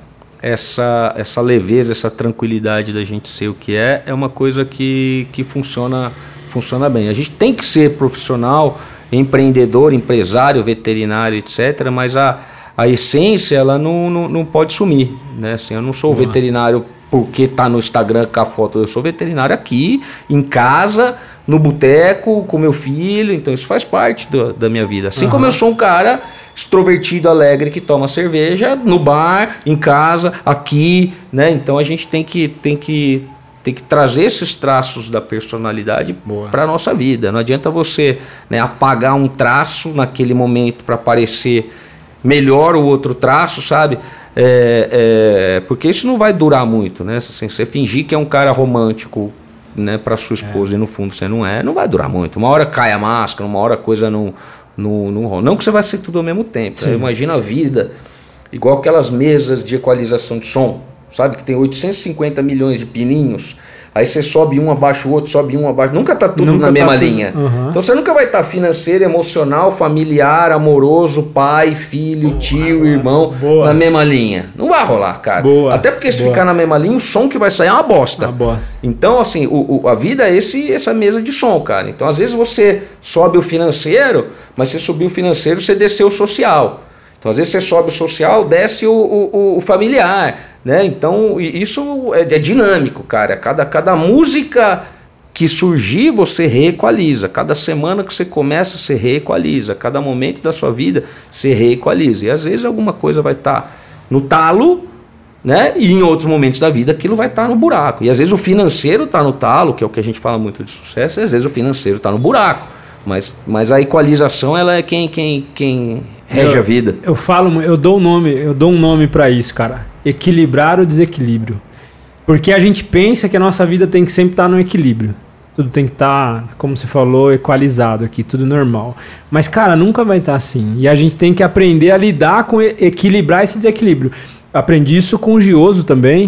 Speaker 1: leveza, essa tranquilidade da gente ser o que é uma coisa que funciona bem. A gente tem que ser profissional, empreendedor, empresário, veterinário, etc. Mas a essência, ela não pode sumir, né? Assim, eu não sou veterinário porque tá no Instagram com a foto. Eu sou veterinário aqui, em casa, no boteco, com meu filho. Então isso faz parte da minha vida. Assim como eu sou um cara extrovertido, alegre, que toma cerveja no bar, em casa, aqui, né? Então a gente tem que trazer esses traços da personalidade para a nossa vida. Não adianta você, né, apagar um traço naquele momento para parecer melhor o outro traço, sabe? Porque isso não vai durar muito, né? Assim, você fingir que é um cara romântico, né, para sua esposa e no fundo você não vai durar muito. Uma hora cai a máscara, uma hora a coisa não que você vai ser tudo ao mesmo tempo. Né? Imagina a vida igual aquelas mesas de equalização de som, sabe, que tem 850 milhões de pininhos. Aí você sobe um abaixo o outro, sobe um abaixo. Nunca tá tudo na mesma linha. Então você nunca vai estar financeiro, emocional, familiar, amoroso, pai, filho, tio, irmão, na mesma linha. Não vai rolar, cara. Até porque se ficar na mesma linha, o som que vai sair é uma bosta. Então, assim, a vida é essa mesa de som, cara. Então, às vezes você sobe o financeiro, mas você subiu o financeiro, você desceu o social. Então, às vezes você sobe o social, desce o familiar. Né? Então isso é dinâmico, cara. Cada música que surgir você reequaliza. Cada semana que você começa você reequaliza. Cada momento da sua vida você reequaliza. E às vezes alguma coisa vai estar no talo, né? E em outros momentos da vida aquilo vai estar no buraco. E às vezes o financeiro está no talo, que é o que a gente fala muito de sucesso. E às vezes o financeiro está no buraco. Mas a equalização ela é quem rege a vida.
Speaker 2: Eu dou um nome para isso, cara. Equilibrar o desequilíbrio. Porque a gente pensa que a nossa vida tem que sempre estar no equilíbrio. Tudo tem que estar, como você falou, equalizado aqui, tudo normal. Mas, cara, nunca vai estar assim. E a gente tem que aprender a lidar com equilibrar esse desequilíbrio. Aprendi isso com o Gioso também,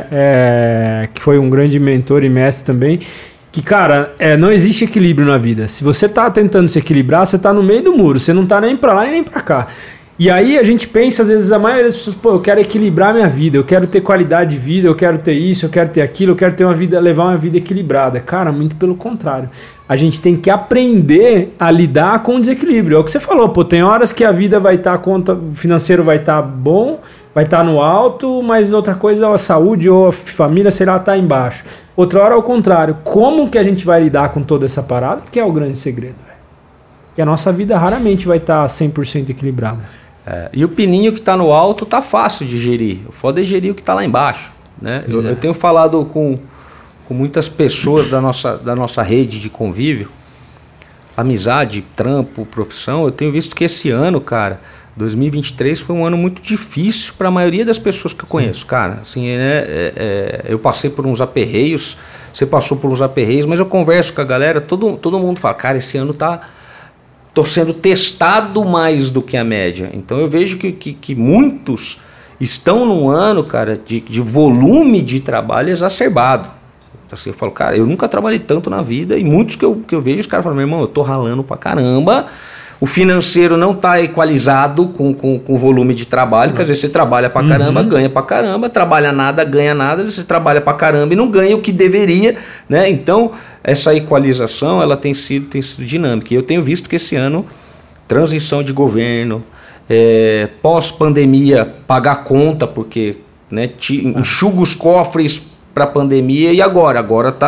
Speaker 2: né? Que foi um grande mentor e mestre também. Que, cara, não existe equilíbrio na vida. Se você tá tentando se equilibrar, você tá no meio do muro. Você não tá nem pra lá e nem pra cá. E aí a gente pensa, às vezes, a maioria das pessoas, eu quero equilibrar minha vida, eu quero ter qualidade de vida, eu quero ter isso, eu quero ter aquilo, eu quero ter levar uma vida equilibrada. Cara, muito pelo contrário. A gente tem que aprender a lidar com o desequilíbrio. É o que você falou, tem horas que a vida vai estar, o financeiro vai estar bom, vai estar no alto, mas outra coisa, a saúde ou a família, sei lá, está embaixo. Outra hora, ao contrário. Como que a gente vai lidar com toda essa parada? Que é o grande segredo. Que a nossa vida raramente vai estar 100% equilibrada.
Speaker 1: E o pininho que está no alto tá fácil de gerir. O foda é gerir o que está lá embaixo. Né? Eu tenho falado com muitas pessoas da nossa rede de convívio, amizade, trampo, profissão. Eu tenho visto que esse ano, cara, 2023 foi um ano muito difícil para a maioria das pessoas que eu conheço, cara. Assim, né, eu passei por uns aperreios, você passou por uns aperreios, mas eu converso com a galera, todo mundo fala, cara, esse ano tô sendo testado mais do que a média. Então eu vejo que muitos estão num ano, cara, de volume de trabalho exacerbado. Assim, eu falo, cara, eu nunca trabalhei tanto na vida, e muitos que eu vejo, os caras falam, meu irmão, eu tô ralando pra caramba, o financeiro não está equalizado com o volume de trabalho, que às vezes você trabalha pra caramba, ganha pra caramba, trabalha nada, ganha nada, você trabalha pra caramba e não ganha o que deveria, né? Então, essa equalização, ela tem sido dinâmica. E eu tenho visto que esse ano, transição de governo, pós-pandemia, pagar conta, porque, né, enxuga os cofres para a pandemia e agora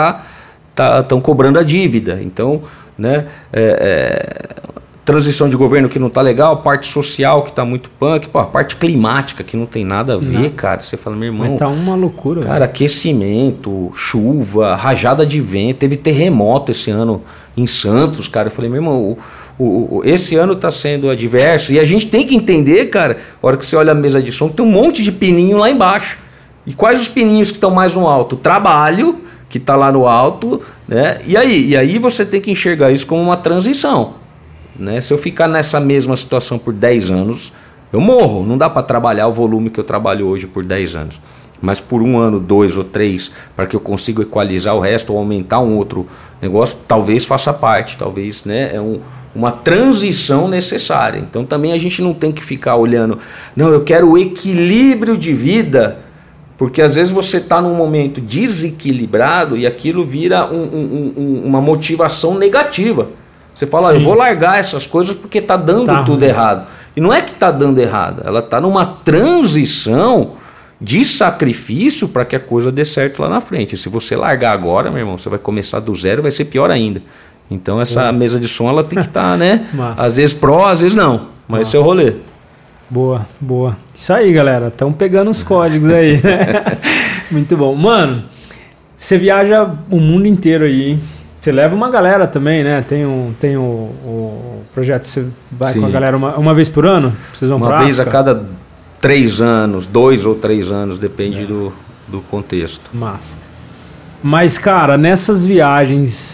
Speaker 1: estão cobrando a dívida. Então, né, transição de governo que não está legal, parte social que está muito punk, a parte climática que não tem nada a ver, cara. Você fala, meu irmão...
Speaker 2: Mas tá uma loucura.
Speaker 1: Cara, aquecimento, chuva, rajada de vento, teve terremoto esse ano em Santos, cara. Eu falei, meu irmão, esse ano está sendo adverso e a gente tem que entender, cara, a hora que você olha a mesa de som, tem um monte de pininho lá embaixo. E quais os pininhos que estão mais no alto? O trabalho, que está lá no alto, né? E aí você tem que enxergar isso como uma transição, né? Se eu ficar nessa mesma situação por 10 anos, eu morro. Não dá para trabalhar o volume que eu trabalho hoje por 10 anos. Mas por 1 ano, 2 ou 3, para que eu consiga equalizar o resto ou aumentar um outro negócio, talvez faça parte, talvez, né? Uma transição necessária. Então também a gente não tem que ficar olhando, não, eu quero o equilíbrio de vida, porque às vezes você está num momento desequilibrado e aquilo vira uma motivação negativa. Você fala, eu vou largar essas coisas porque está dando tudo errado. E não é que está dando errado, ela está numa transição de sacrifício para que a coisa dê certo lá na frente. E se você largar agora, meu irmão, você vai começar do zero e vai ser pior ainda. Então essa mesa de som ela tem que estar, né? Às vezes pró, às vezes não. Mas esse é o rolê.
Speaker 2: Boa, boa. Isso aí, galera. Estão pegando os códigos aí. Muito bom. Mano, você viaja o mundo inteiro aí, hein? Você leva uma galera também, né? Tem o projeto, você vai com a galera uma vez por ano? Vocês vão
Speaker 1: uma vez a cada 3 anos, 2 ou 3 anos, depende do contexto.
Speaker 2: Massa. Mas, cara, nessas viagens,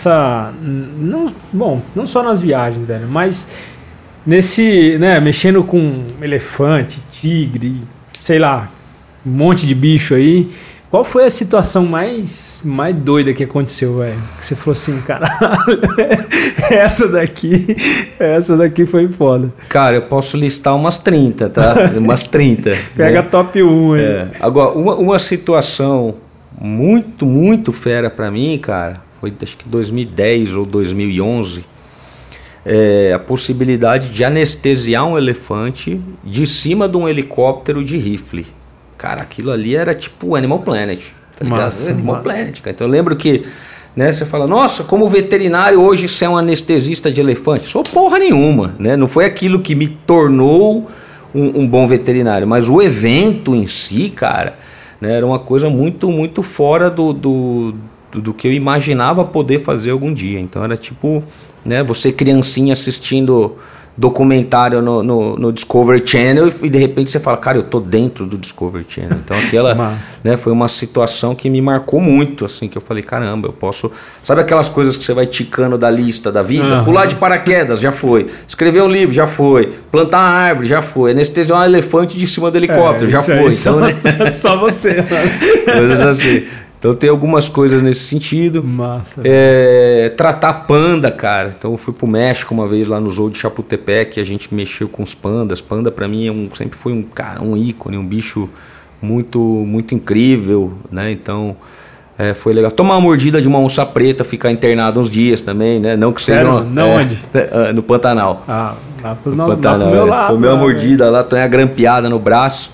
Speaker 2: não só nas viagens, velho, mas nesse, né, mexendo com elefante, tigre, sei lá, um monte de bicho aí, qual foi a situação mais doida que aconteceu, velho? Que você falou assim, caralho, essa daqui foi foda.
Speaker 1: Cara, eu posso listar umas 30, tá? Umas 30.
Speaker 2: Pega, né? Top 1 aí.
Speaker 1: Agora, uma situação muito, muito fera pra mim, cara, foi acho que 2010 ou 2011, a possibilidade de anestesiar um elefante de cima de um helicóptero de rifle. Cara, aquilo ali era tipo Animal Planet, tá ligado?
Speaker 2: Massa,
Speaker 1: Animal Planet, cara. Então eu lembro que, né, você fala, nossa, como veterinário hoje você é um anestesista de elefante. Sou porra nenhuma, né? Não foi aquilo que me tornou um bom veterinário, mas o evento em si, cara, né, era uma coisa muito, muito fora do que eu imaginava poder fazer algum dia. Então era tipo, né, você criancinha assistindo documentário no Discovery Channel e de repente você fala, cara, eu tô dentro do Discovery Channel. Então aquela, né, foi uma situação que me marcou muito, assim, que eu falei, caramba, eu posso... Sabe aquelas coisas que você vai ticando da lista da vida? Pular de paraquedas, já foi. Escrever um livro, já foi. Plantar uma árvore, já foi. Anestesiar um elefante de cima do helicóptero, já foi. Então,
Speaker 2: só você.
Speaker 1: Coisas assim. Então tem algumas coisas nesse sentido.
Speaker 2: Massa.
Speaker 1: Tratar panda, cara. Então eu fui pro México uma vez lá no Zoo de Chapultepec, a gente mexeu com os pandas. Panda pra mim sempre foi um ícone, um bicho muito, muito incrível, né? Então foi legal. Tomar uma mordida de uma onça preta, ficar internado uns dias também, né? Não que seja
Speaker 2: onde?
Speaker 1: No Pantanal.
Speaker 2: Lá pro
Speaker 1: meu lado. Tomei uma mordida lá, tomei uma grampeada no braço.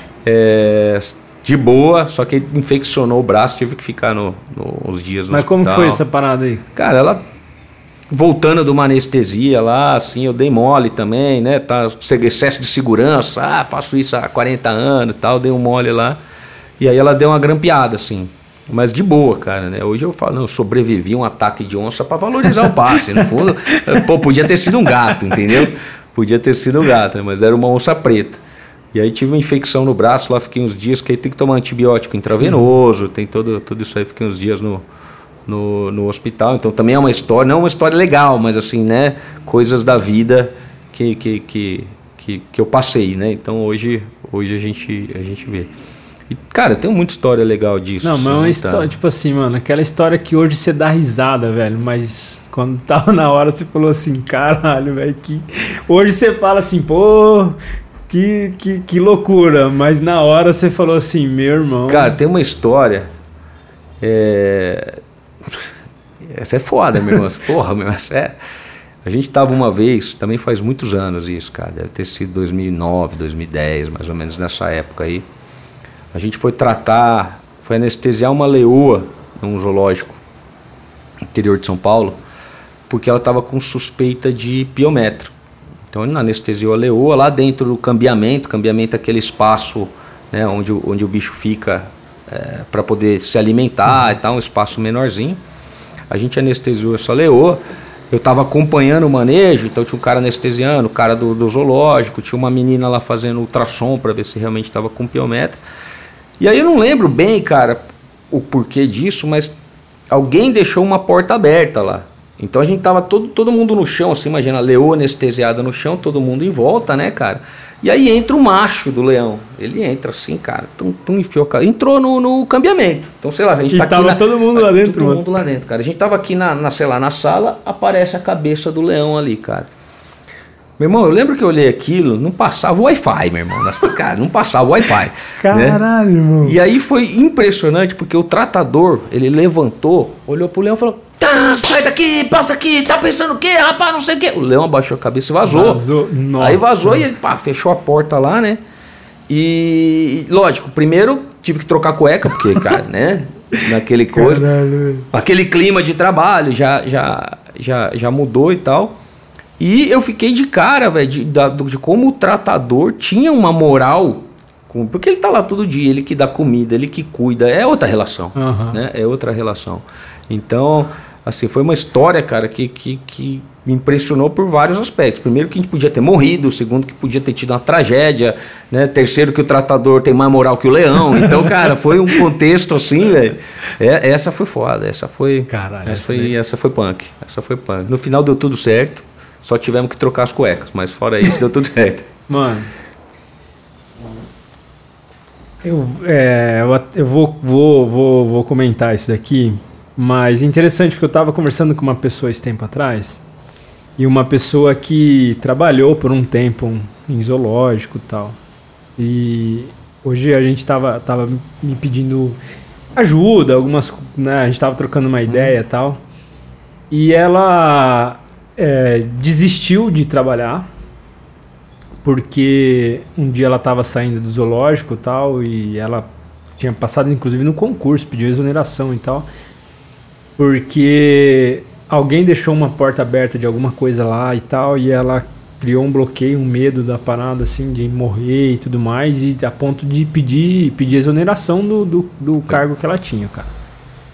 Speaker 1: De boa, só que infeccionou o braço, tive que ficar uns dias no hospital.
Speaker 2: Mas como foi essa parada aí?
Speaker 1: Cara, ela voltando de uma anestesia lá, assim, eu dei mole também, né? Tá, excesso de segurança, faço isso há 40 anos e tal, dei um mole lá. E aí ela deu uma grampeada, assim. Mas de boa, cara, né? Hoje eu falo, não, eu sobrevivi a um ataque de onça pra valorizar o passe. No fundo, podia ter sido um gato, entendeu? Podia ter sido um gato, mas era uma onça preta. E aí tive uma infecção no braço, lá fiquei uns dias, que aí tem que tomar antibiótico intravenoso, tem tudo isso aí, fiquei uns dias no hospital. Então também é uma história, não uma história legal, mas assim, né, coisas da vida que eu passei, né? Então hoje a gente vê. E, cara, tem muita história legal disso.
Speaker 2: Não, mas é uma história, tipo assim, mano, aquela história que hoje você dá risada, velho, mas Quando tava na hora, você falou assim, caralho, velho, que... Hoje você fala assim, pô, que loucura. Mas na hora você falou assim, meu irmão...
Speaker 1: Cara, tem uma história... Essa é foda, meu irmão. Porra, meu, essa é... A gente tava uma vez, também faz muitos anos isso, cara. Deve ter sido 2009, 2010, mais ou menos nessa época aí. A gente foi anestesiar uma leoa num zoológico no interior de São Paulo, porque ela estava com suspeita de piometro. Então ele anestesiou a leoa lá dentro do cambiamento é aquele espaço, né, onde o bicho fica para poder se alimentar e tal, um espaço menorzinho. A gente anestesiou essa leoa. Eu estava acompanhando o manejo, então tinha um cara anestesiando, o cara do zoológico, tinha uma menina lá fazendo ultrassom para ver se realmente estava com piometro. E aí eu não lembro bem, cara, o porquê disso, mas alguém deixou uma porta aberta lá. Então a gente tava todo mundo no chão, assim, imagina, a leoa anestesiada no chão, todo mundo em volta, né, cara? E aí entra o macho do leão. Ele entra assim, cara, enfiou, entrou no cambiamento. Então, sei lá, a gente
Speaker 2: e
Speaker 1: tá aqui.
Speaker 2: Tava todo mundo lá dentro,
Speaker 1: todo mundo lá dentro, cara. A gente tava aqui na sala, aparece a cabeça do leão ali, cara. Meu irmão, eu lembro que eu olhei aquilo, não passava o Wi-Fi, meu irmão. Cara, não passava o Wi-Fi.
Speaker 2: Caralho,
Speaker 1: né?
Speaker 2: irmão.
Speaker 1: E aí foi impressionante, porque o tratador, ele levantou, olhou pro leão e falou: tá, sai daqui, passa aqui, tá pensando o quê, rapaz, não sei o quê. O leão abaixou a cabeça e vazou.
Speaker 2: Nossa.
Speaker 1: Aí vazou e ele, fechou a porta lá, né? E, lógico, primeiro tive que trocar a cueca, porque, cara, né? Naquele coisa.
Speaker 2: Caralho.
Speaker 1: Aquele clima de trabalho já mudou e tal. E eu fiquei de cara, velho, de como o tratador tinha uma moral, porque ele tá lá todo dia, ele que dá comida, ele que cuida, é outra relação, né? É outra relação. Então, assim, foi uma história, cara, que me impressionou por vários aspectos. Primeiro, que a gente podia ter morrido. Segundo, que podia ter tido uma tragédia, né? Terceiro, que o tratador tem mais moral que o leão. Então, cara, foi um contexto assim, velho. Essa foi foda, essa foi...
Speaker 2: Caralho,
Speaker 1: essa foi punk. Essa foi punk. No final deu tudo certo. Só tivemos que trocar as cuecas, mas fora isso deu tudo certo.
Speaker 2: Mano, eu vou comentar isso daqui, mas interessante porque eu tava conversando com uma pessoa esse tempo atrás, e uma pessoa que trabalhou por um tempo em zoológico e tal. E hoje a gente tava me pedindo ajuda, algumas, né, a gente tava trocando uma ideia e tal. E ela desistiu de trabalhar porque um dia ela estava saindo do zoológico e tal, e ela tinha passado inclusive no concurso, pediu exoneração e tal, porque alguém deixou uma porta aberta de alguma coisa lá e tal, e ela criou um bloqueio, um medo da parada assim, de morrer e tudo mais, e a ponto de pedir exoneração do cargo que ela tinha, cara.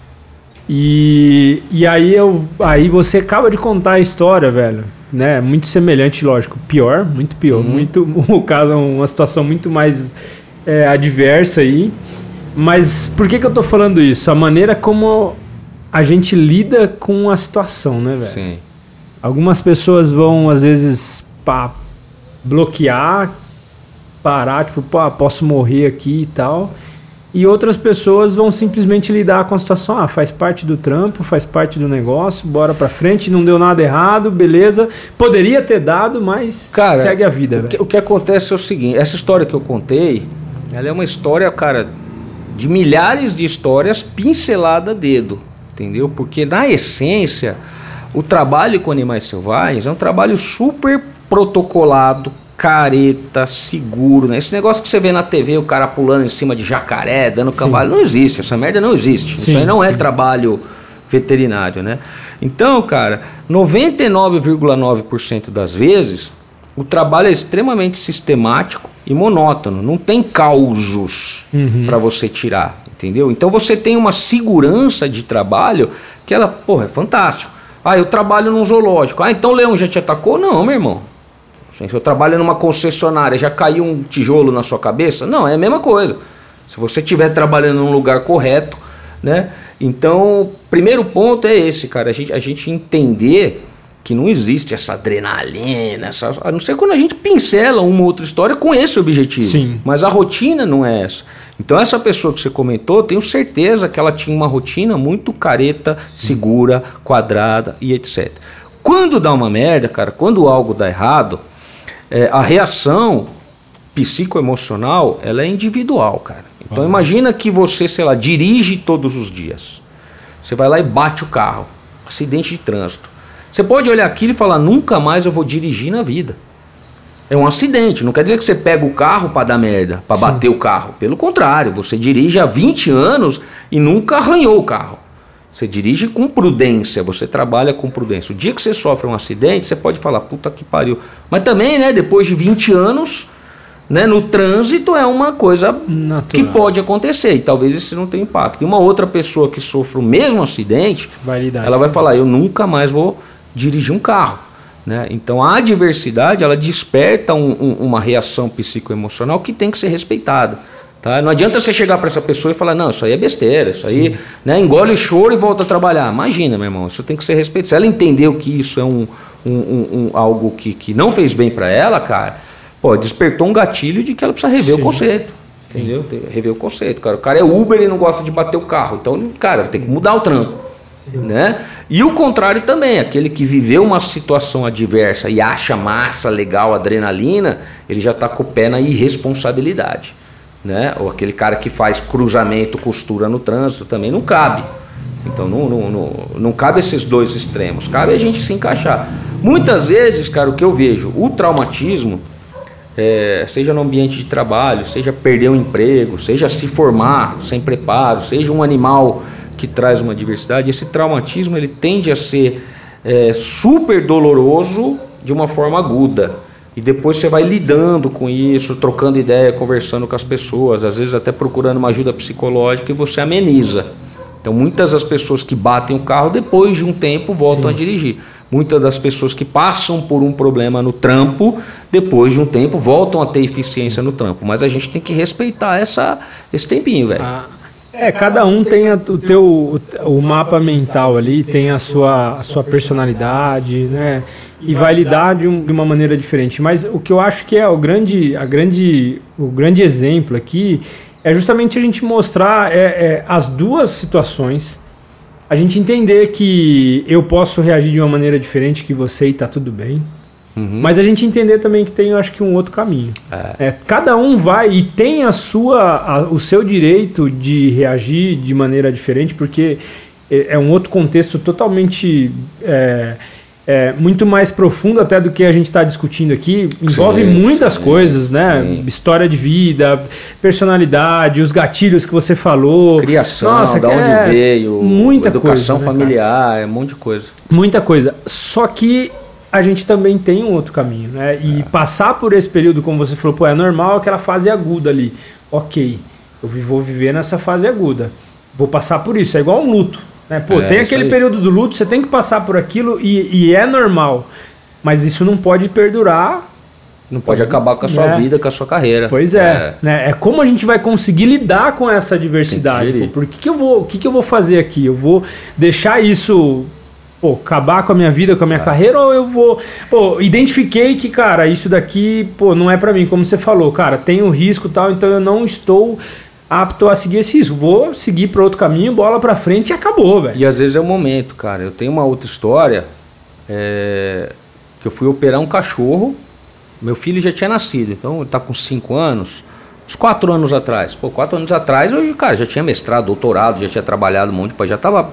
Speaker 2: E aí você acaba de contar a história, velho, né? Muito semelhante, lógico, pior, muito pior, muito, o caso é uma situação muito mais adversa aí. Mas por que eu tô falando isso? A maneira como a gente lida com a situação, né, velho?
Speaker 1: Sim.
Speaker 2: Algumas pessoas vão, às vezes, bloquear, parar, tipo, posso morrer aqui e tal. E outras pessoas vão simplesmente lidar com a situação. Faz parte do trampo, faz parte do negócio, bora pra frente, não deu nada errado, beleza. Poderia ter dado, mas cara, segue a vida.
Speaker 1: O que acontece é o seguinte, essa história que eu contei, ela é uma história, cara, de milhares de histórias pincelada a dedo, entendeu? Porque na essência, o trabalho com animais selvagens é um trabalho super protocolado, careta, seguro, né? Esse negócio que você vê na TV, o cara pulando em cima de jacaré, dando cavalo, não existe, essa merda não existe. Sim. Isso aí não é trabalho veterinário, né? Então, cara, 99,9% das vezes, o trabalho é extremamente sistemático e monótono, não tem causos para você tirar, entendeu? Então você tem uma segurança de trabalho que ela, porra, é fantástico. Eu trabalho num zoológico. Então o leão já te atacou? Não, meu irmão. Se eu trabalho numa concessionária, já caiu um tijolo na sua cabeça? Não, é a mesma coisa. Se você estiver trabalhando num lugar correto, né? Então, primeiro ponto é esse, cara. A gente entender que não existe essa adrenalina, a não ser quando a gente pincela uma ou outra história com esse objetivo.
Speaker 2: Sim.
Speaker 1: Mas a rotina não é essa. Então essa pessoa que você comentou, tenho certeza que ela tinha uma rotina muito careta, segura, quadrada e etc. Quando dá uma merda, cara, quando algo dá errado, a reação psicoemocional, ela é individual, cara. Então imagina que você, sei lá, dirige todos os dias. Você vai lá e bate o carro. Acidente de trânsito. Você pode olhar aquilo e falar, nunca mais eu vou dirigir na vida. É um acidente, não quer dizer que você pega o carro para dar merda, para bater o carro. Pelo contrário, você dirige há 20 anos e nunca arranhou o carro. Você dirige com prudência, você trabalha com prudência. O dia que você sofre um acidente, você pode falar, puta que pariu. Mas também, né, depois de 20 anos, né, no trânsito é uma coisa natural, que pode acontecer e talvez isso não tenha impacto. E uma outra pessoa que sofre o mesmo acidente, ela vai falar, eu nunca mais vou dirigir um carro. Né? Então a adversidade, ela desperta uma reação psicoemocional que tem que ser respeitada. Tá? Não adianta você chegar para essa pessoa e falar, não, isso aí é besteira, isso aí, né, engole o choro e volta a trabalhar. Imagina, meu irmão, isso tem que ser respeitado. Se ela entendeu que isso é algo que não fez bem para ela, cara, pô, despertou um gatilho de que ela precisa rever o conceito. Entendeu? Rever o conceito, cara. O cara é Uber e não gosta de bater o carro. Então, cara, tem que mudar o trampo. Né? E o contrário também, aquele que viveu uma situação adversa e acha massa, legal, adrenalina, ele já está com o pé na irresponsabilidade. Né? Ou aquele cara que faz cruzamento, costura no trânsito, também não cabe. Então não cabe esses dois extremos, cabe a gente se encaixar. Muitas vezes, cara, o que eu vejo, o traumatismo, seja no ambiente de trabalho, seja perder um emprego, seja se formar sem preparo, seja um animal que traz uma adversidade, esse traumatismo ele tende a ser super doloroso de uma forma aguda. E depois você vai lidando com isso, trocando ideia, conversando com as pessoas, às vezes até procurando uma ajuda psicológica e você ameniza. Então muitas das pessoas que batem o carro, depois de um tempo voltam a dirigir. Muitas das pessoas que passam por um problema no trampo, depois de um tempo voltam a ter eficiência no trampo. Mas a gente tem que respeitar esse tempinho, velho.
Speaker 2: Cada um tem o mapa mental ali, tem a sua personalidade, né? E vai lidar de uma maneira diferente. Mas o que eu acho que é o grande exemplo aqui é justamente a gente mostrar as duas situações, a gente entender que eu posso reagir de uma maneira diferente que você e tá tudo bem. Mas a gente entender também que tem, eu acho que, um outro caminho. Cada um vai e tem o seu direito de reagir de maneira diferente, porque é um outro contexto totalmente muito mais profundo até do que a gente está discutindo aqui. Envolve muitas coisas, né? Sim. História de vida, personalidade, os gatilhos que você falou.
Speaker 1: Criação, de onde veio,
Speaker 2: muita
Speaker 1: educação
Speaker 2: coisa,
Speaker 1: familiar, um monte de coisa.
Speaker 2: Muita coisa. Só que a gente também tem um outro caminho, né? E passar por esse período, como você falou, é normal aquela fase aguda ali. Ok, eu vou viver nessa fase aguda. Vou passar por isso, é igual um luto. Né? Tem aquele período do luto, você tem que passar por aquilo e é normal. Mas isso não pode perdurar.
Speaker 1: Não pode acabar com a sua vida, com a sua carreira.
Speaker 2: Pois é. Né? É como a gente vai conseguir lidar com essa adversidade. Por que eu vou fazer aqui? Eu vou deixar isso acabar com a minha vida, com a minha carreira, ou eu vou... identifiquei que, cara, isso daqui, não é pra mim, como você falou, cara, tem um risco e tal, então eu não estou apto a seguir esse risco. Vou seguir para outro caminho, bola pra frente e acabou, velho.
Speaker 1: E às vezes é o momento, cara. Eu tenho uma outra história, que eu fui operar um cachorro, meu filho já tinha nascido, então ele tá com 5 anos, uns 4 anos atrás. 4 anos atrás, hoje, cara, já tinha mestrado, doutorado, já tinha trabalhado um monte, já tava...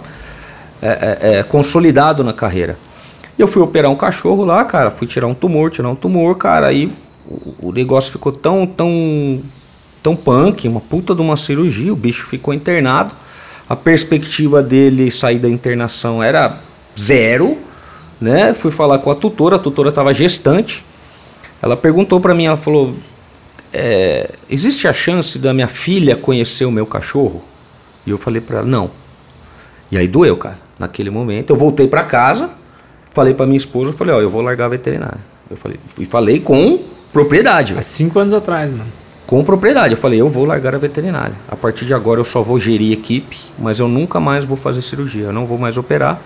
Speaker 1: consolidado na carreira. Eu fui operar um cachorro lá, cara, fui tirar um tumor, cara, aí o negócio ficou tão punk, uma puta de uma cirurgia, o bicho ficou internado, a perspectiva dele sair da internação era 0, né? Fui falar com a tutora estava gestante, ela perguntou pra mim, ela falou, existe a chance da minha filha conhecer o meu cachorro? E eu falei pra ela, não. E aí doeu, cara. Naquele momento, eu voltei pra casa, falei pra minha esposa, falei, eu vou largar a veterinária. Falei com propriedade.
Speaker 2: Há 5 anos atrás, mano.
Speaker 1: Com propriedade. Eu falei, eu vou largar a veterinária. A partir de agora eu só vou gerir equipe, mas eu nunca mais vou fazer cirurgia. Eu não vou mais operar,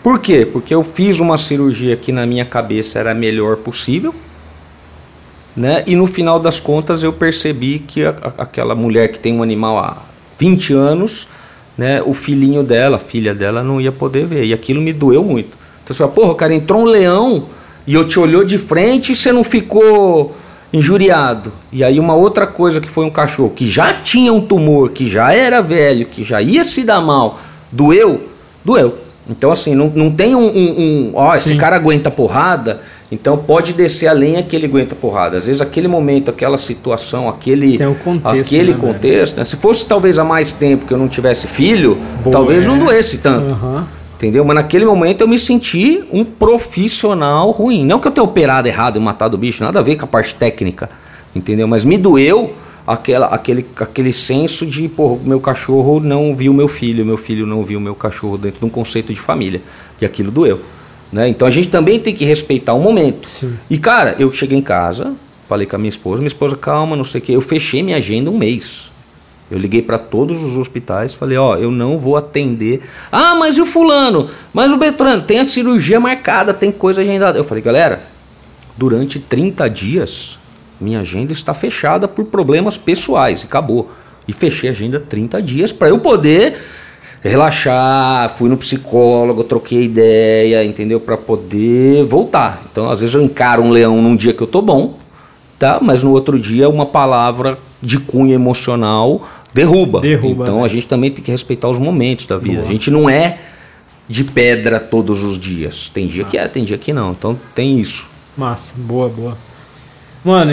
Speaker 1: Por quê? Porque eu fiz uma cirurgia que na minha cabeça era a melhor possível, né? E no final das contas eu percebi que aquela mulher que tem um animal há 20 anos, né? O filhinho dela, a filha dela não ia poder ver. E aquilo me doeu muito. Então você fala, porra, cara, entrou um leão e eu te olhou de frente e você não ficou injuriado. E aí uma outra coisa que foi um cachorro que já tinha um tumor, que já era velho, que já ia se dar mal, doeu. Então assim, não tem esse cara aguenta porrada, então pode descer a lenha que ele aguenta porrada. Às vezes aquele momento, aquela situação, aquele contexto, né? Se fosse talvez há mais tempo que eu não tivesse filho, talvez não doesse tanto. Entendeu? Mas naquele momento eu me senti um profissional ruim. Não que eu tenha operado errado e matado o bicho, nada a ver com a parte técnica, entendeu? Mas me doeu aquele senso de, porra, meu cachorro não viu meu filho não viu meu cachorro dentro de um conceito de família. E aquilo doeu, né? Então a gente também tem que respeitar o momento. Sim. E cara, eu cheguei em casa, falei com a minha esposa, calma, não sei o que, eu fechei minha agenda um mês. Eu liguei para todos os hospitais, falei, eu não vou atender. Ah, mas e o fulano? Mas o Beltrano? Tem a cirurgia marcada, tem coisa agendada. Eu falei, galera, durante 30 dias, minha agenda está fechada por problemas pessoais, e acabou. E fechei a agenda 30 dias para eu poder relaxar, fui no psicólogo, troquei ideia, entendeu? Para poder voltar. Então, às vezes eu encaro um leão num dia que eu tô bom, tá? Mas no outro dia uma palavra de cunho emocional derruba. Então, né? A gente também tem que respeitar os momentos da vida. Boa. A gente não é de pedra todos os dias. Tem dia que tem dia que não. Então, tem isso.
Speaker 2: Massa, boa. Mano,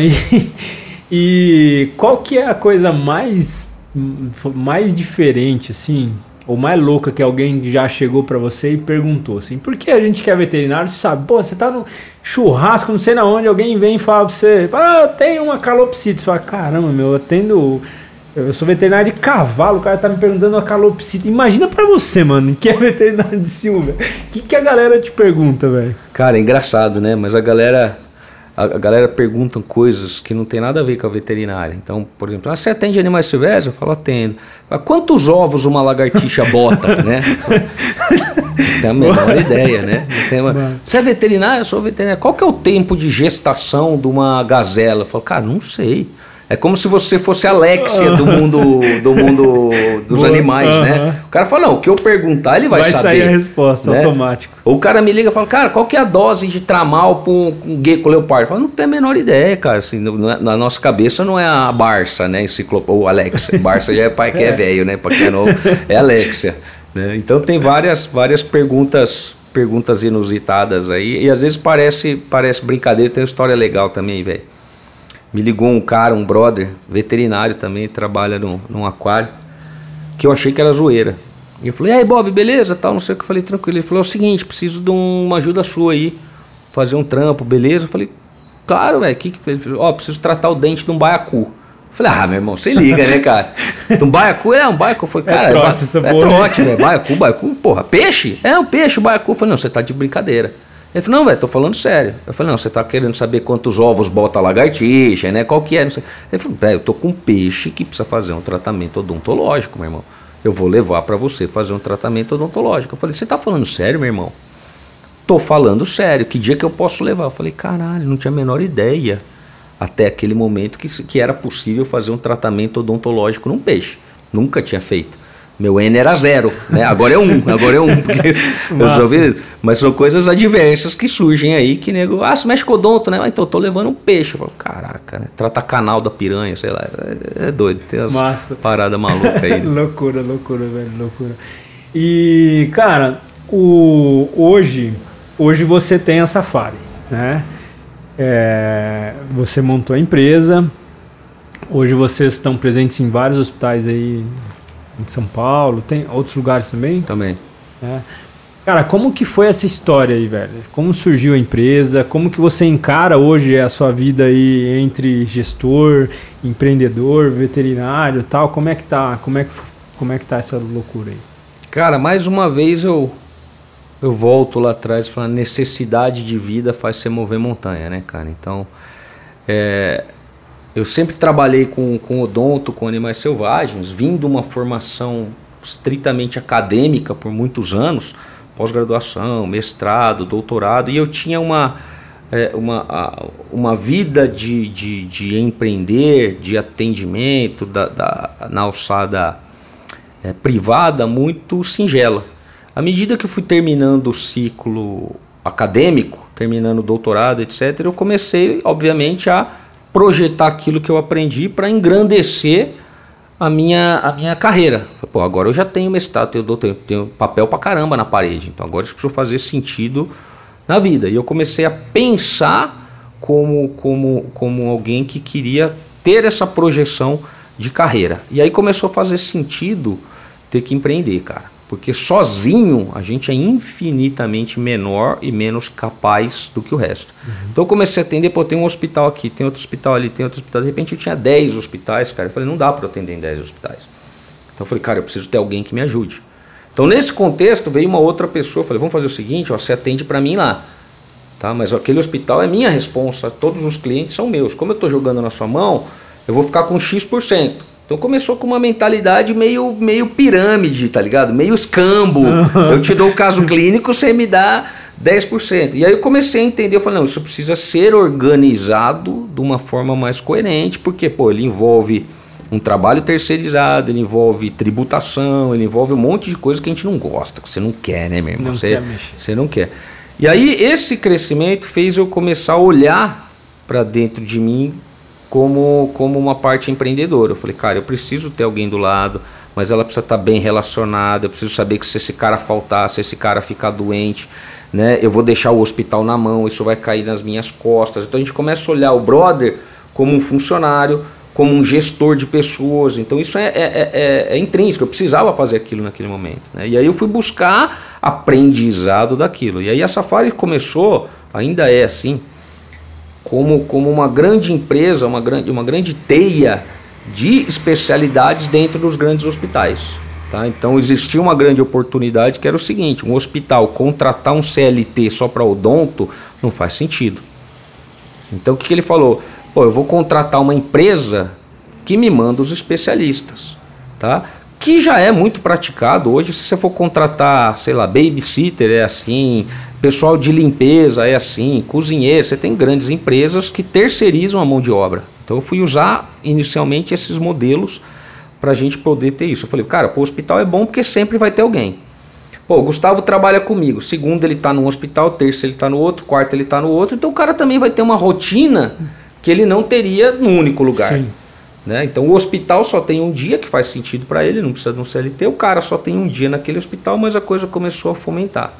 Speaker 2: e qual que é a coisa mais diferente, assim, ou mais louca que alguém já chegou pra você e perguntou, assim, por que a gente que é veterinário sabe, pô, você tá no churrasco, não sei na onde, alguém vem e fala pra você, eu tenho uma calopsite, você fala, caramba, eu sou veterinário de cavalo, o cara tá me perguntando uma calopsite. Imagina pra você, mano, que é veterinário de Silva. O que a galera te pergunta, velho?
Speaker 1: Cara, é engraçado, né? Mas a galera pergunta coisas que não tem nada a ver com a veterinária. Então, por exemplo, você atende animais silvestres? Eu falo, atendo. Quantos ovos uma lagartixa bota, né? Não tem a menor ideia, né? Você é veterinário? Eu sou veterinário. Qual que é o tempo de gestação de uma gazela? Eu falo, cara, não sei. É como se você fosse a Alexia do mundo dos animais, né? O cara fala, não, o que eu perguntar ele vai saber. Vai sair
Speaker 2: a resposta, né? Automático.
Speaker 1: Ou o cara me liga e fala, cara, qual que é a dose de tramal para um gecko leopardo? Eu falo, não tem a menor ideia, cara. Assim, na nossa cabeça não é a Barça, né? Ou Alexia. Barça já é pai que é velho, né? Para quem é novo, é Alexia. Né? Então tem várias perguntas inusitadas aí. E às vezes parece brincadeira, tem uma história legal também, velho. Me ligou um cara, um brother, veterinário também, trabalha num aquário, que eu achei que era zoeira. E eu falei, aí Bob, beleza? Tal, não sei o que, eu falei, tranquilo. Ele falou, é o seguinte, preciso de uma ajuda sua aí, fazer um trampo, beleza? Eu falei, claro, velho. Ele falou, preciso tratar o dente de um baiacu. Eu falei, meu irmão, você liga, né, cara? De um baiacu, um baiacu. Eu falei, cara, é trote, velho, baiacu, porra, peixe? É um peixe, o baiacu. Eu falei, não, você tá de brincadeira. Ele falou, não, velho, tô falando sério. Eu falei, não, você tá querendo saber quantos ovos bota a lagartixa, né? Qual que é? Não sei. Ele falou, velho, eu tô com um peixe que precisa fazer um tratamento odontológico, meu irmão. Eu vou levar pra você fazer um tratamento odontológico. Eu falei, você tá falando sério, meu irmão? Tô falando sério. Que dia que eu posso levar? Eu falei, caralho, não tinha a menor ideia até aquele momento que era possível fazer um tratamento odontológico num peixe. Nunca tinha feito. Meu N era 0, né? Agora é 1, porque eu já vi. Mas são coisas adversas que surgem aí, que nego, você mexe com odonto, né? Então eu tô levando um peixe. Eu falo, caraca, né? Trata canal da piranha, sei lá. É doido, tem umas paradas malucas aí. Né?
Speaker 2: Loucura, velho, loucura. E, cara, hoje você tem a Safari, né? Você montou a empresa, hoje vocês estão presentes em vários hospitais aí, em São Paulo, tem outros lugares também?
Speaker 1: Também.
Speaker 2: Cara, como que foi essa história aí, velho? Como surgiu a empresa? Como que você encara hoje a sua vida aí entre gestor, empreendedor, veterinário e tal? Como é que tá? Como é que tá essa loucura aí?
Speaker 1: Cara, mais uma vez eu volto lá atrás falando, necessidade de vida faz você mover montanha, né, cara? Então, eu sempre trabalhei com odonto, com animais selvagens, vim de uma formação estritamente acadêmica por muitos anos, pós-graduação, mestrado, doutorado, e eu tinha uma vida de empreender, de atendimento na alçada privada muito singela. À medida que eu fui terminando o ciclo acadêmico, terminando o doutorado, etc., eu comecei, obviamente, a projetar aquilo que eu aprendi para engrandecer a minha carreira. Pô, agora eu já tenho mestrado, tenho papel pra caramba na parede, então agora eu preciso fazer sentido na vida. E eu comecei a pensar como alguém que queria ter essa projeção de carreira. E aí começou a fazer sentido ter que empreender, cara. Porque sozinho a gente é infinitamente menor e menos capaz do que o resto. Então eu comecei a atender, pô, tem um hospital aqui, tem outro hospital ali, tem outro hospital. De repente eu tinha 10 hospitais, cara. Eu falei, não dá para eu atender em 10 hospitais. Então eu falei, cara, eu preciso ter alguém que me ajude. Então nesse contexto veio uma outra pessoa, eu falei, vamos fazer o seguinte, ó, você atende para mim lá. Tá? Mas aquele hospital é minha responsa, todos os clientes são meus. Como eu estou jogando na sua mão, eu vou ficar com X%. Então começou com uma mentalidade meio pirâmide, tá ligado? Meio escambo. Eu te dou o caso clínico, você me dá 10%. E aí eu comecei a entender, eu falei, não, isso precisa ser organizado de uma forma mais coerente, porque, pô, ele envolve um trabalho terceirizado, ele envolve tributação, ele envolve um monte de coisa que a gente não gosta, que você não quer, né, meu irmão? Você não quer. E aí esse crescimento fez eu começar a olhar para dentro de mim como uma parte empreendedora. Eu falei, cara, eu preciso ter alguém do lado, mas ela precisa estar bem relacionada, eu preciso saber que se esse cara faltar, se esse cara ficar doente, né, eu vou deixar o hospital na mão, isso vai cair nas minhas costas. Então a gente começa a olhar o brother como um funcionário, como um gestor de pessoas. Então isso é intrínseco, eu precisava fazer aquilo naquele momento, né? E aí eu fui buscar aprendizado daquilo. E aí a Safari começou, ainda é assim, como uma grande empresa, uma grande teia de especialidades dentro dos grandes hospitais. Tá? Então existia uma grande oportunidade que era o seguinte, um hospital contratar um CLT só para odonto não faz sentido. Então o que ele falou? Pô, eu vou contratar uma empresa que me manda os especialistas, tá? Que já é muito praticado hoje. Se você for contratar, sei lá, babysitter é assim, pessoal de limpeza é assim, cozinheiro, você tem grandes empresas que terceirizam a mão de obra. Então eu fui usar inicialmente esses modelos para a gente poder ter isso. Eu falei, cara, pô, o hospital é bom porque sempre vai ter alguém. Pô, o Gustavo trabalha comigo, segundo ele está num hospital, terça ele está no outro, quarto ele está no outro, então o cara também vai ter uma rotina que ele não teria num único lugar. Sim. Né? Então o hospital só tem um dia que faz sentido para ele, não precisa de um CLT, o cara só tem um dia naquele hospital, mas a coisa começou a fomentar.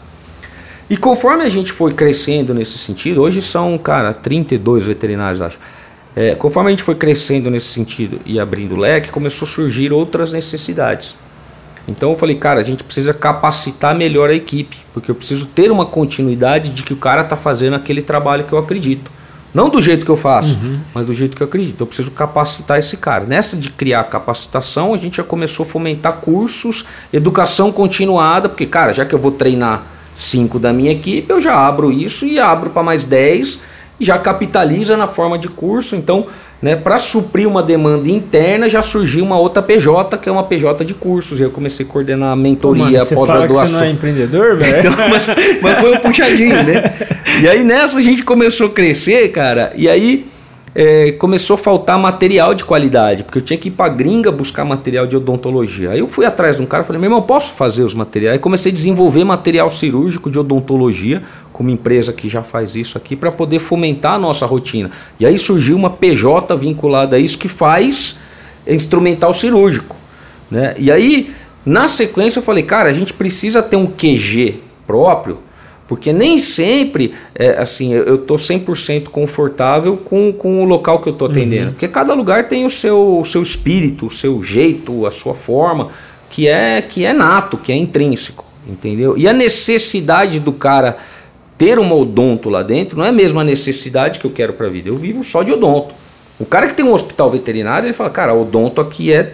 Speaker 1: E conforme a gente foi crescendo nesse sentido, hoje são, cara, 32 veterinários, acho. Conforme a gente foi crescendo nesse sentido e abrindo o leque, começou a surgir outras necessidades. Então eu falei, cara, a gente precisa capacitar melhor a equipe, porque eu preciso ter uma continuidade de que o cara está fazendo aquele trabalho que eu acredito. Não do jeito que eu faço, mas do jeito que eu acredito. Eu preciso capacitar esse cara. Nessa de criar capacitação, a gente já começou a fomentar cursos, educação continuada, porque, cara, já que eu vou treinar 5 da minha equipe, eu já abro isso e abro para mais 10 e já capitaliza na forma de curso. Então, né, para suprir uma demanda interna, já surgiu uma outra PJ, que é uma PJ de cursos. E eu comecei a coordenar a mentoria, pós-graduação.
Speaker 2: Você não é empreendedor, velho?
Speaker 1: Então, mas foi um puxadinho, né? E aí nessa a gente começou a crescer, cara, e aí começou a faltar material de qualidade, porque eu tinha que ir pra gringa buscar material de odontologia. Aí eu fui atrás de um cara e falei, meu irmão, posso fazer os materiais? Aí comecei a desenvolver material cirúrgico de odontologia, com uma empresa que já faz isso aqui, para poder fomentar a nossa rotina. E aí surgiu uma PJ vinculada a isso, que faz instrumental cirúrgico, né? E aí, na sequência, eu falei, cara, a gente precisa ter um QG próprio, porque nem sempre, assim, eu estou 100% confortável com o local que eu estou atendendo. Porque cada lugar tem o seu espírito, o seu jeito, a sua forma, que é nato, que é intrínseco, entendeu? E a necessidade do cara ter uma odonto lá dentro não é a mesma necessidade que eu quero para a vida. Eu vivo só de odonto. O cara que tem um hospital veterinário, ele fala, cara, odonto aqui é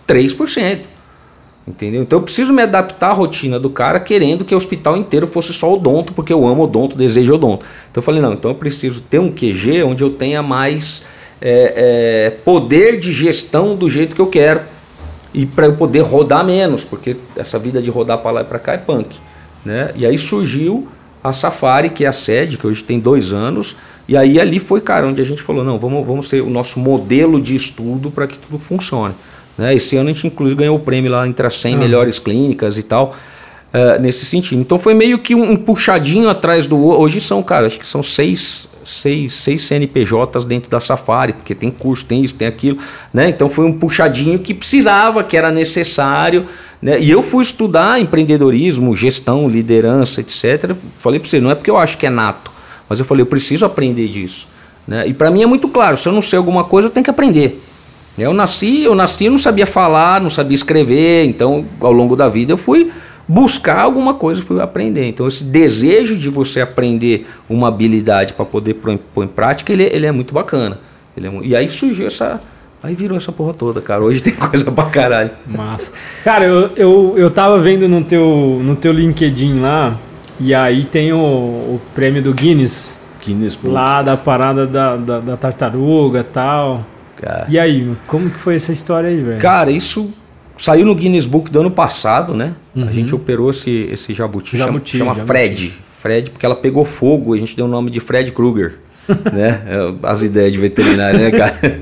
Speaker 1: 3%. Entendeu? Então eu preciso me adaptar à rotina do cara, querendo que o hospital inteiro fosse só odonto, porque eu amo odonto, desejo odonto. Então eu falei, não, então eu preciso ter um QG onde eu tenha mais poder de gestão do jeito que eu quero, e para eu poder rodar menos, porque essa vida de rodar para lá e para cá é punk. né? E aí surgiu a Safari, que é a sede, que hoje tem 2 anos, e aí ali foi, cara, onde a gente falou, não, vamos ser o nosso modelo de estudo para que tudo funcione. Né? Esse ano a gente inclusive ganhou o prêmio lá entre as 100 melhores clínicas e tal, nesse sentido. Então foi meio que um puxadinho atrás do outro. Hoje são, cara, acho que são 6 CNPJs dentro da Safari, porque tem curso, tem isso, tem aquilo, né? Então foi um puxadinho que precisava, que era necessário, né? E eu fui estudar empreendedorismo, gestão, liderança, etc. Falei para você, não é porque eu acho que é nato, mas eu falei, eu preciso aprender disso, né? E para mim é muito claro, se eu não sei alguma coisa, eu tenho que aprender. Eu nasci, eu não sabia falar, não sabia escrever, então ao longo da vida eu fui buscar alguma coisa, fui aprender. Então esse desejo de você aprender uma habilidade para poder pôr em prática, ele é muito bacana. E aí surgiu aí virou essa porra toda, cara. Hoje tem coisa pra caralho.
Speaker 2: Massa. Cara, eu tava vendo no teu LinkedIn lá, e aí tem o prêmio do Guinness
Speaker 1: Book.
Speaker 2: Lá da parada da tartaruga e tal.
Speaker 1: Cara.
Speaker 2: E aí, como que foi essa história aí, velho?
Speaker 1: Cara, isso saiu no Guinness Book do ano passado, né? A gente operou esse jabuti chama Fred. Fred, porque ela pegou fogo, a gente deu o nome de Fred Krueger, né? As ideias de veterinário, né, cara?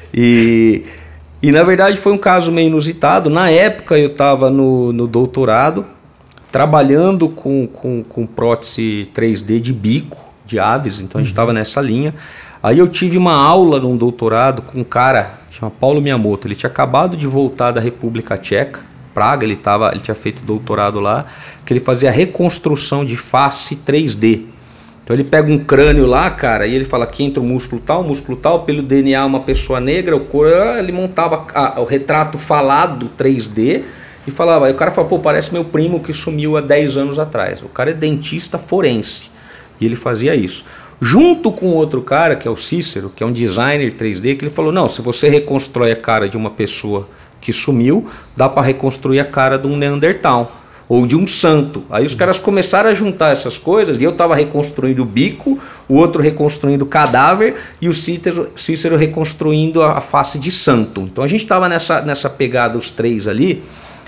Speaker 1: E na verdade foi um caso meio inusitado. Na época eu estava no doutorado, trabalhando com prótese 3D de bico de aves, então a gente estava nessa linha. Aí eu tive uma aula num doutorado com um cara, chama Paulo Miyamoto. Ele tinha acabado de voltar da República Tcheca, Praga, ele tinha feito doutorado lá, que ele fazia reconstrução de face 3D. Então ele pega um crânio lá, cara, e ele fala que entra o músculo tal, pelo DNA uma pessoa negra, ele montava o retrato falado 3D e falava, aí o cara fala, pô, parece meu primo que sumiu há 10 anos atrás. O cara é dentista forense e ele fazia isso. Junto com outro cara, que é o Cícero, que é um designer 3D, que ele falou, não, se você reconstrói a cara de uma pessoa que sumiu, dá para reconstruir a cara de um Neandertal ou de um santo. Aí os caras começaram a juntar essas coisas, e eu estava reconstruindo o bico, o outro reconstruindo o cadáver, e o Cícero reconstruindo a face de santo. Então a gente estava nessa pegada, os três ali.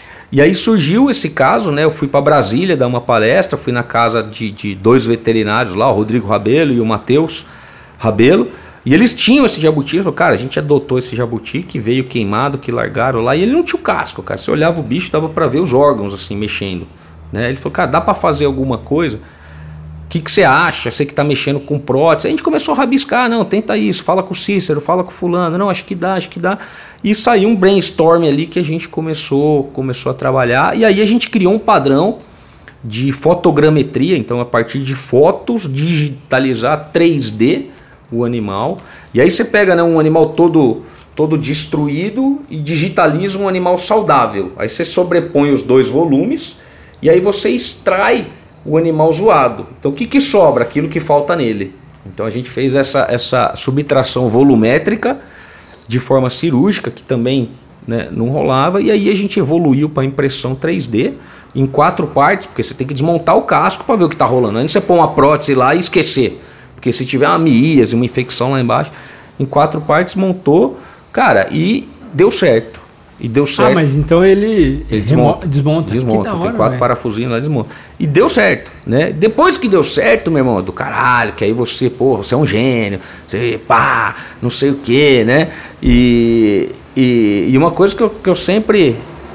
Speaker 1: E aí surgiu esse caso, né? Eu fui para Brasília dar uma palestra, fui na casa de 2 veterinários lá, o Rodrigo Rabelo e o Matheus Rabelo, e eles tinham esse jabuti. Ele falou, cara, a gente adotou esse jabuti que veio queimado, que largaram lá, e ele não tinha o casco, cara. Você olhava o bicho, dava para ver os órgãos assim, mexendo, né? Ele falou, cara, dá para fazer alguma coisa? O que você acha? Você que tá mexendo com prótese. A gente começou a rabiscar, não, tenta isso, fala com o Cícero, fala com o fulano, não, acho que dá. E saiu um brainstorm ali que a gente começou a trabalhar, e aí a gente criou um padrão de fotogrametria, então a partir de fotos, digitalizar 3D o animal, e aí você pega, né, um animal todo destruído e digitaliza um animal saudável, aí você sobrepõe os 2 volumes, e aí você extrai o animal zoado. Então o que sobra? Aquilo que falta nele. Então a gente fez essa subtração volumétrica de forma cirúrgica, que também, né, não rolava, e aí a gente evoluiu para impressão 3D em 4 partes, porque você tem que desmontar o casco para ver o que está rolando. Antes você põe uma prótese lá e esquecer, porque se tiver uma miíase, uma infecção lá embaixo, em 4 partes montou, cara, e deu certo.
Speaker 2: Ah, mas então ele desmonta.
Speaker 1: Tem 4 parafusinhos lá, desmonta. E deu certo, né? Depois que deu certo, meu irmão, do caralho, que aí você, porra, você é um gênio, você, pá, não sei o que, né? E uma coisa que eu sempre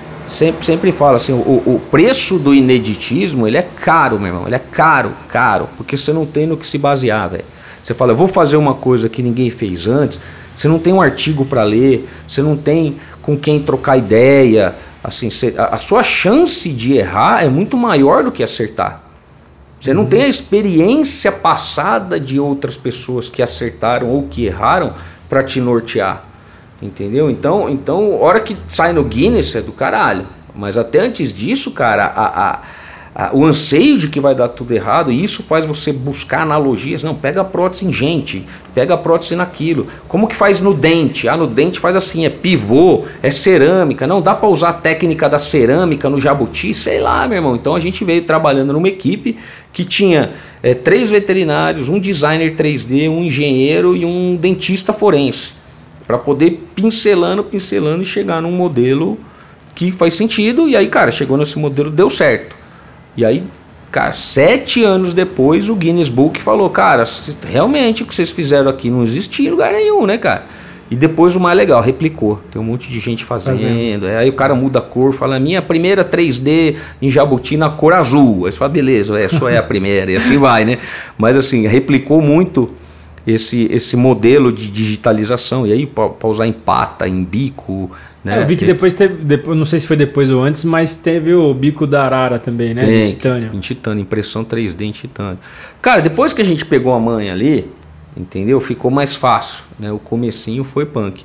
Speaker 1: falo, assim, o preço do ineditismo, ele é caro, meu irmão, ele é caro, porque você não tem no que se basear, velho. Você fala, eu vou fazer uma coisa que ninguém fez antes, você não tem um artigo para ler, você não tem com quem trocar ideia, assim, a sua chance de errar é muito maior do que acertar. Você não tem a experiência passada de outras pessoas que acertaram ou que erraram para te nortear, entendeu? Então, a hora que sai no Guinness é do caralho, mas até antes disso, cara, o anseio de que vai dar tudo errado, e isso faz você buscar analogias. Não, pega a prótese em gente, pega a prótese naquilo. Como que faz no dente? No dente faz assim, é pivô, é cerâmica. Não, dá para usar a técnica da cerâmica no jabuti? Sei lá, meu irmão. Então a gente veio trabalhando numa equipe que tinha 3 veterinários, um designer 3D, um engenheiro e um dentista forense, para poder pincelando e chegar num modelo que faz sentido. E aí, cara, chegou nesse modelo, deu certo. E aí, cara, 7 anos depois o Guinness Book falou, cara, realmente o que vocês fizeram aqui não existia em lugar nenhum, né, cara? E depois o mais legal, replicou. Tem um monte de gente fazendo. Aí o cara muda a cor, fala, minha primeira 3D em Jabuti na cor azul. Aí você fala, beleza, só é a primeira, e assim vai, né? Mas assim, replicou muito esse modelo de digitalização. E aí, para usar em pata, em bico, né?
Speaker 2: Eu vi que depois teve, não sei se foi depois ou antes, mas teve o bico da arara também, né?
Speaker 1: Tem,
Speaker 2: de titânio.
Speaker 1: Em titânio, impressão 3D em titânio. Cara, depois que a gente pegou a manha ali, entendeu? Ficou mais fácil, né? O comecinho foi punk.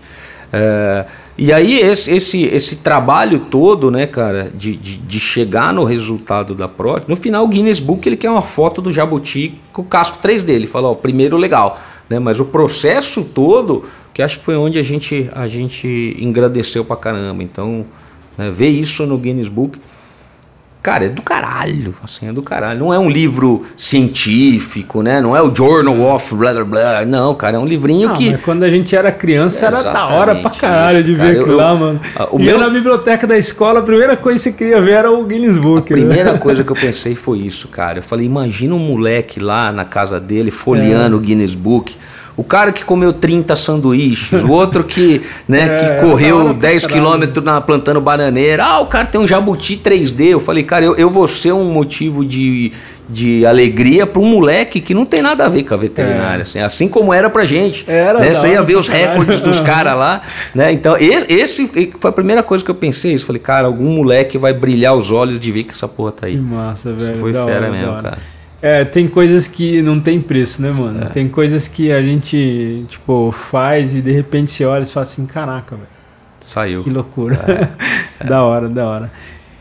Speaker 1: E aí esse trabalho todo, né, cara, de chegar no resultado da prótese, no final o Guinness Book ele quer uma foto do jabuti com o casco 3D. Ele fala, ó, primeiro legal, né? Mas o processo todo, que acho que foi onde a gente engrandeceu pra caramba. Então, né, ver isso no Guinness Book, cara, é do caralho, assim, é do caralho. Não é um livro científico, né? Não é o Journal of blá blá blá. Não, cara, é um livrinho que...
Speaker 2: Mas quando a gente era criança era da hora pra caralho de ver aquilo lá, mano. Na biblioteca da escola, a primeira coisa que você queria ver era o Guinness Book.
Speaker 1: A primeira coisa que eu pensei foi isso, cara. Eu falei, imagina um moleque lá na casa dele folheando o Guinness Book. O cara que comeu 30 sanduíches, o outro que, né, que correu 10 quilômetros plantando bananeira. O cara tem um jabuti 3D. Eu falei, cara, eu vou ser um motivo de alegria para um moleque que não tem nada a ver com a veterinária. Assim como era pra gente. Né? Você ia ver os recordes dos caras lá. Né? Então, esse foi a primeira coisa que eu pensei. Eu falei, cara, algum moleque vai brilhar os olhos de ver que essa porra tá aí.
Speaker 2: Que massa, velho.
Speaker 1: Isso foi fera mesmo, cara.
Speaker 2: Tem coisas que não tem preço, né, mano? Tem coisas que a gente, tipo, faz e de repente você olha e fala assim, caraca, velho.
Speaker 1: Saiu.
Speaker 2: Que loucura. Da hora.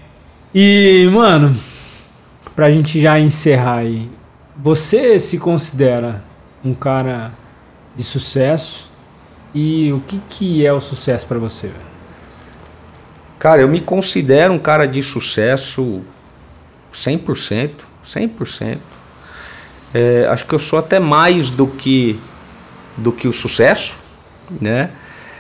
Speaker 2: E, mano, pra gente já encerrar aí, você se considera um cara de sucesso e o que é o sucesso pra você, velho?
Speaker 1: Cara, eu me considero um cara de sucesso 100%. 100%. Acho que eu sou até mais do que o sucesso, né?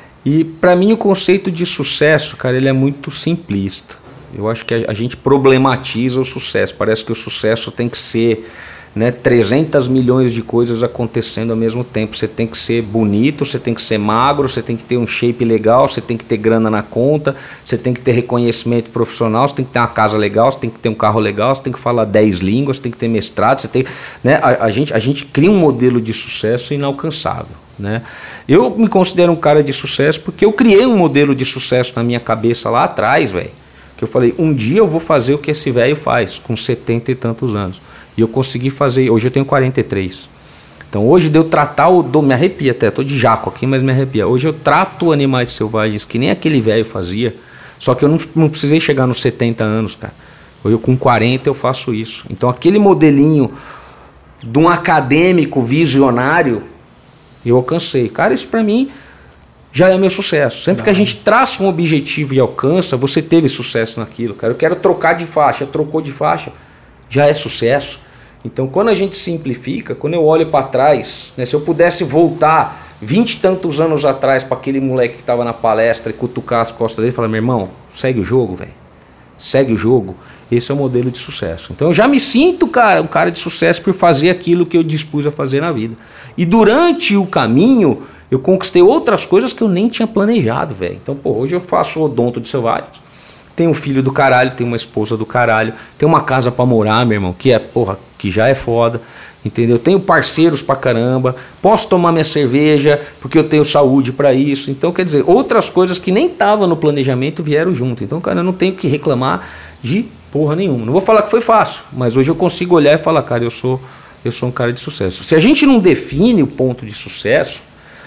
Speaker 1: E para mim o conceito de sucesso, cara, ele é muito simplista. Eu acho que a gente problematiza o sucesso. Parece que o sucesso tem que ser, né, 300 milhões de coisas acontecendo ao mesmo tempo. Você tem que ser bonito, você tem que ser magro, você tem que ter um shape legal, você tem que ter grana na conta, você tem que ter reconhecimento profissional, você tem que ter uma casa legal, você tem que ter um carro legal, você tem que falar 10 línguas, você tem que ter mestrado, você tem, né, a gente cria um modelo de sucesso inalcançável, né? Eu me considero um cara de sucesso porque eu criei um modelo de sucesso na minha cabeça lá atrás, velho, que eu falei, um dia eu vou fazer o que esse velho faz com 70 e tantos anos. E eu consegui fazer, hoje eu tenho 43. Então hoje deu tratar, me arrepia até, tô de jaco aqui, mas me arrepia. Hoje eu trato animais selvagens que nem aquele velho fazia, só que eu não precisei chegar nos 70 anos, cara. Hoje eu com 40 eu faço isso. Então aquele modelinho de um acadêmico visionário, eu alcancei. Cara, isso pra mim já é meu sucesso. Sempre que a gente traça um objetivo e alcança, você teve sucesso naquilo, cara. Eu quero trocar de faixa, trocou de faixa, já é sucesso. Então, quando a gente simplifica, quando eu olho para trás, né, se eu pudesse voltar 20 e tantos anos atrás para aquele moleque que estava na palestra e cutucar as costas dele e falar, meu irmão, segue o jogo, velho. Segue o jogo. Esse é o modelo de sucesso. Então, eu já me sinto, cara, um cara de sucesso por fazer aquilo que eu dispus a fazer na vida. E durante o caminho, eu conquistei outras coisas que eu nem tinha planejado, velho. Então, pô, hoje eu faço odonto de selvagens. Tenho um filho do caralho, tenho uma esposa do caralho, tenho uma casa pra morar, meu irmão, que é, porra, que já é foda, entendeu? Tenho parceiros pra caramba, posso tomar minha cerveja, porque eu tenho saúde pra isso. Então, quer dizer, outras coisas que nem estavam no planejamento vieram junto. Então, cara, eu não tenho que reclamar de porra nenhuma. Não vou falar que foi fácil, mas hoje eu consigo olhar e falar, cara, eu sou um cara de sucesso. Se a gente não define o ponto de sucesso,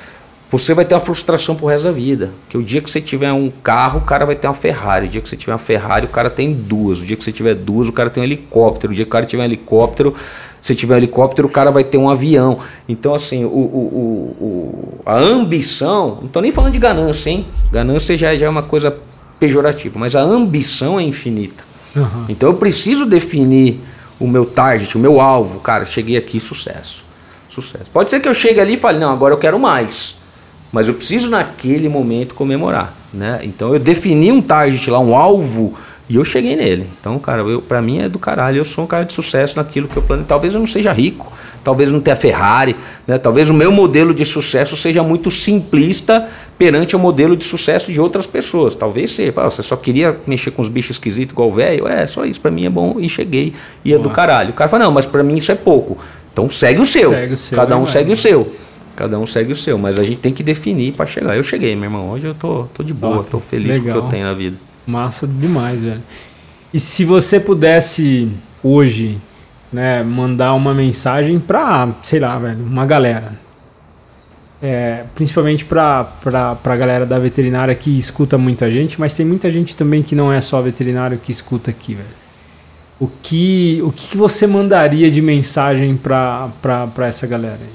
Speaker 1: você vai ter uma frustração pro resto da vida. Porque o dia que você tiver um carro, o cara vai ter uma Ferrari. O dia que você tiver uma Ferrari, o cara tem duas. O dia que você tiver duas, o cara tem um helicóptero. O dia que o cara tiver um helicóptero, se tiver um helicóptero, o cara vai ter um avião. Então, assim, a ambição... Não estou nem falando de ganância, hein? Ganância já é uma coisa pejorativa. Mas a ambição é infinita. Uhum. Então, eu preciso definir o meu target, o meu alvo. Cara, cheguei aqui, sucesso. Sucesso. Pode ser que eu chegue ali e fale, não, agora eu quero mais. Mas eu preciso naquele momento comemorar, né? Então eu defini um target lá, um alvo, E eu cheguei nele. Então, cara, pra mim é do caralho. Eu sou um cara de sucesso naquilo que eu planejei. Talvez eu não seja rico, talvez eu não tenha Ferrari, né? Talvez o meu modelo de sucesso seja muito simplista perante o modelo de sucesso de outras pessoas. Talvez seja. Você só queria mexer com os bichos esquisitos igual o velho? Só isso. Pra mim é bom. E cheguei. E é do caralho. O cara fala, não, mas pra mim isso é pouco. Então segue o seu. Cada um segue o seu. Cada um segue o seu. Mas a gente tem que definir pra chegar. Eu cheguei, meu irmão. Hoje eu tô de boa. Tô feliz com o que eu tenho na vida.
Speaker 2: Massa demais, velho. E se você pudesse hoje, né, mandar uma mensagem pra, sei lá, velho, uma galera, principalmente pra galera da veterinária que escuta muita gente, mas tem muita gente também que não é só veterinário que escuta aqui, velho. O que você mandaria de mensagem pra essa galera aí?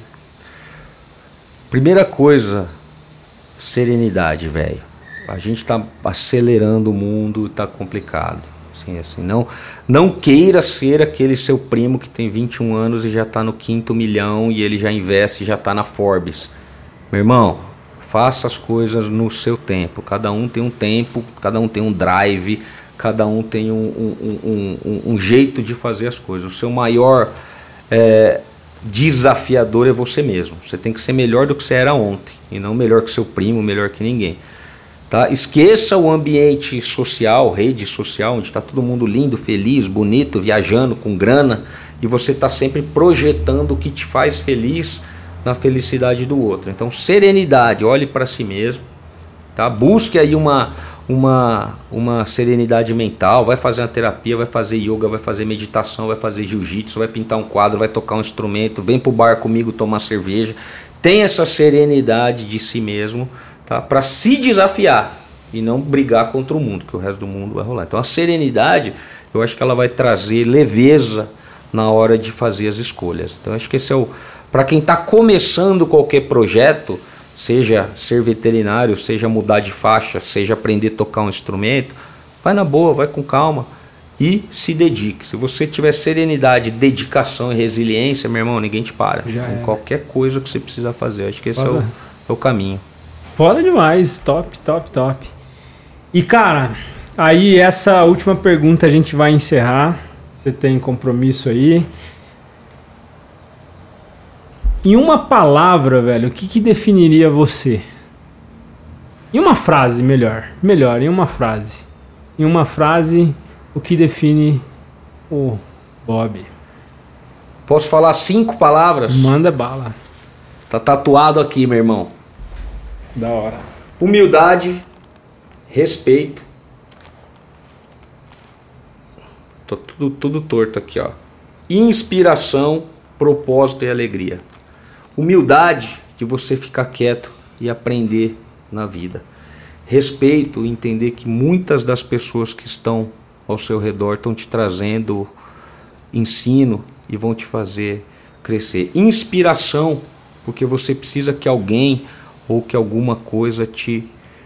Speaker 1: Primeira coisa, serenidade, velho. A gente tá acelerando o mundo, tá complicado. Assim, não queira ser aquele seu primo que tem 21 anos e já tá no 5º milhão e ele já investe, já tá na Forbes. Meu irmão, faça as coisas no seu tempo. Cada um tem um tempo, cada um tem um drive, cada um tem um jeito de fazer as coisas. O seu maior desafiador é você mesmo. Você tem que ser melhor do que você era ontem e não melhor que seu primo, melhor que ninguém. Tá? Esqueça o ambiente social, rede social, onde está todo mundo lindo, feliz, bonito, viajando, com grana, e você está sempre projetando o que te faz feliz na felicidade do outro. Então, serenidade, olhe para si mesmo, tá? Busque aí uma serenidade mental, vai fazer uma terapia, vai fazer yoga, vai fazer meditação, vai fazer jiu-jitsu, vai pintar um quadro, vai tocar um instrumento, vem pro bar comigo tomar cerveja. Tenha essa serenidade de si mesmo, tá? Para se desafiar e não brigar contra o mundo, que o resto do mundo vai rolar. Então a serenidade, eu acho que ela vai trazer leveza na hora de fazer as escolhas. Então acho que esse é para quem está começando qualquer projeto, seja ser veterinário, seja mudar de faixa, seja aprender a tocar um instrumento, vai na boa, vai com calma e se dedique. Se você tiver serenidade, dedicação e resiliência, meu irmão, ninguém te para. Com qualquer coisa que você precisa fazer. Acho que esse é o caminho.
Speaker 2: Foda demais, top. E cara, aí essa última pergunta a gente vai encerrar. Você tem compromisso aí? Em uma palavra, velho, o que definiria você? Em uma frase, melhor, em uma frase. Em uma frase, o que define o Bob?
Speaker 1: Posso falar 5 palavras?
Speaker 2: Manda bala.
Speaker 1: Tá tatuado aqui, meu irmão.
Speaker 2: Da hora.
Speaker 1: Humildade, respeito. Tô tudo torto aqui, ó. Inspiração, propósito e alegria. Humildade, de você ficar quieto e aprender na vida. Respeito, entender que muitas das pessoas que estão ao seu redor estão te trazendo ensino e vão te fazer crescer. Inspiração, porque você precisa que alguém ou que alguma coisa te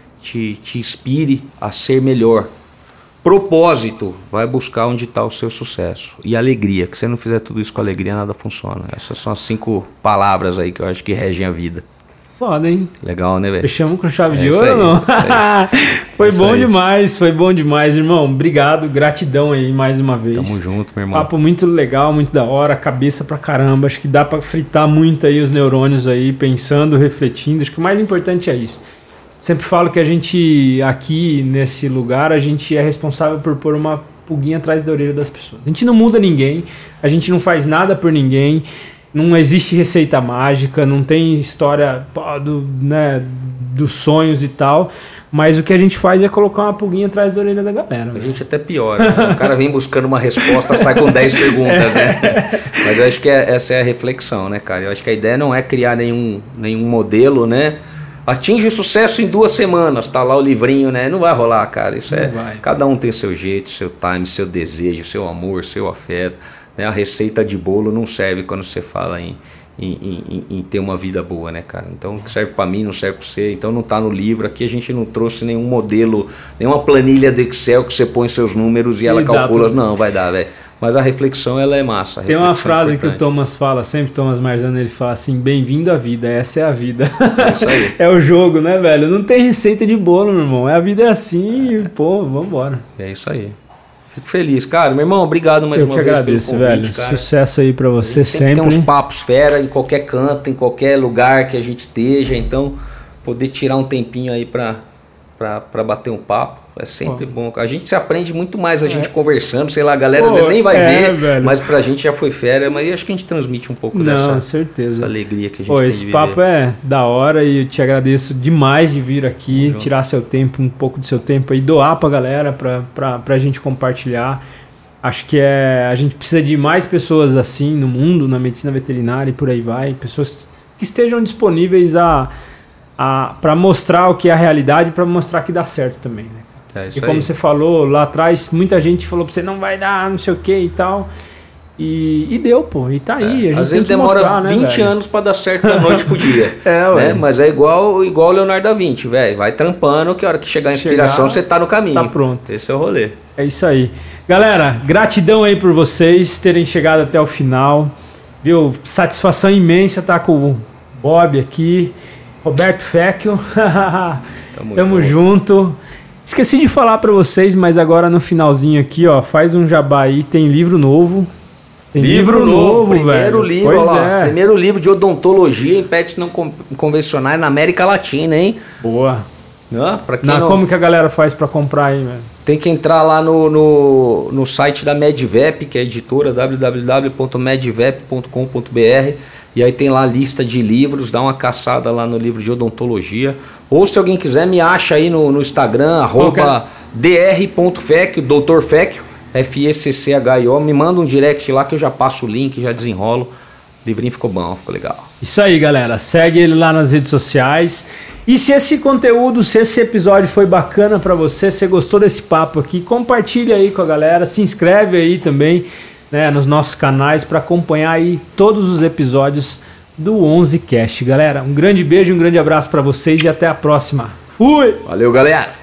Speaker 1: inspire a ser melhor. Propósito, vai buscar onde está o seu sucesso. E alegria, que se você não fizer tudo isso com alegria, nada funciona. Essas são as 5 palavras aí que eu acho que regem a vida.
Speaker 2: Foda, hein?
Speaker 1: Legal, né, velho?
Speaker 2: Fechamos com chave de ouro ou não? Foi bom demais, irmão. Obrigado, gratidão aí mais uma vez.
Speaker 1: Tamo junto, meu irmão.
Speaker 2: Papo muito legal, muito da hora, cabeça pra caramba. Acho que dá pra fritar muito aí os neurônios aí, pensando, refletindo. Acho que o mais importante é isso. Sempre falo que a gente, aqui nesse lugar, a gente é responsável por pôr uma pulguinha atrás da orelha das pessoas. A gente não muda ninguém, a gente não faz nada por ninguém, não existe receita mágica, não tem história dos sonhos e tal, mas o que a gente faz é colocar uma pulguinha atrás da orelha da galera.
Speaker 1: A gente até piora, né? O cara vem buscando uma resposta, sai com 10 perguntas, né? Mas eu acho que essa é a reflexão, né, cara? Eu acho que a ideia não é criar nenhum modelo, né? Atinge sucesso em 2 semanas, tá lá o livrinho, né? Não vai rolar, cara. Isso cada um tem seu jeito, seu time, seu desejo, seu amor, seu afeto, né? A receita de bolo não serve quando você fala em ter uma vida boa, né, cara? Então, o que serve pra mim não serve pra você. Então, não tá no livro. Aqui a gente não trouxe nenhum modelo, nenhuma planilha do Excel que você põe seus números e ela calcula. Não, vai dar, velho. Mas a reflexão, ela é massa.
Speaker 2: Tem uma frase que o Thomas fala, sempre Thomas Marzano, ele fala assim: bem-vindo à vida, essa é a vida.
Speaker 1: É isso aí.
Speaker 2: É o jogo, né, velho? Não tem receita de bolo, meu irmão. A vida é assim e, pô, vambora.
Speaker 1: É isso aí. Fico feliz, cara. Meu irmão, obrigado mais uma vez
Speaker 2: agradeço,
Speaker 1: pelo convite,
Speaker 2: velho.
Speaker 1: cara.
Speaker 2: Sucesso aí pra você sempre.
Speaker 1: Tem uns papos fera em qualquer canto, em qualquer lugar que a gente esteja. Então, poder tirar um tempinho aí pra bater um papo é sempre bom. A gente se aprende muito mais a gente conversando, sei lá, a galera às vezes nem vai ver, velho. Mas pra gente já foi fera, mas acho que a gente transmite um pouco
Speaker 2: certeza.
Speaker 1: Essa alegria que a gente tem
Speaker 2: esse papo é da hora e eu te agradeço demais de vir aqui, tirar seu tempo, um pouco do seu tempo e doar pra galera, pra gente compartilhar. Acho que a gente precisa de mais pessoas assim no mundo, na medicina veterinária e por aí vai, pessoas que estejam disponíveis para mostrar o que é a realidade e para mostrar que dá certo também, né? E como você falou lá atrás, muita gente falou pra você não vai dar, não sei o que e tal. E deu, pô. E tá aí. A gente
Speaker 1: às vezes demora mostrar, 20 anos pra dar certo da noite pro dia. Né? Mas é igual o Leonardo da Vinci, velho. Vai trampando que a hora que chegar a inspiração você tá no caminho.
Speaker 2: Tá pronto.
Speaker 1: Esse é o rolê.
Speaker 2: É isso aí. Galera, gratidão aí por vocês terem chegado até o final. Viu? Satisfação imensa estar com o Bob aqui. Roberto Fecchio. Tamo junto. Esqueci de falar pra vocês, mas agora no finalzinho aqui, ó, faz um jabá aí, tem livro novo. Tem livro novo,
Speaker 1: primeiro
Speaker 2: velho.
Speaker 1: Livro, pois lá, primeiro livro de odontologia em pets não convencionais na América Latina, hein?
Speaker 2: Boa.
Speaker 1: Pra quem não...
Speaker 2: Como que a galera faz pra comprar aí, velho?
Speaker 1: Tem que entrar lá no site da MedVep, que é a editora, www.medvep.com.br, e aí tem lá a lista de livros, dá uma caçada lá no livro de odontologia. Ou se alguém quiser, me acha aí no Instagram, @dr.fecchio, Dr. Fecchio, FECCHIO, me manda um direct lá que eu já passo o link, já desenrolo. O livrinho ficou bom, ficou legal.
Speaker 2: Isso aí, galera. Segue ele lá nas redes sociais. E se esse conteúdo, se esse episódio foi bacana pra você, se você gostou desse papo aqui, compartilha aí com a galera, se inscreve aí também, né, nos nossos canais para acompanhar aí todos os episódios do 11cast, galera. Um grande beijo, um grande abraço para vocês e até a próxima. Fui!
Speaker 1: Valeu, galera!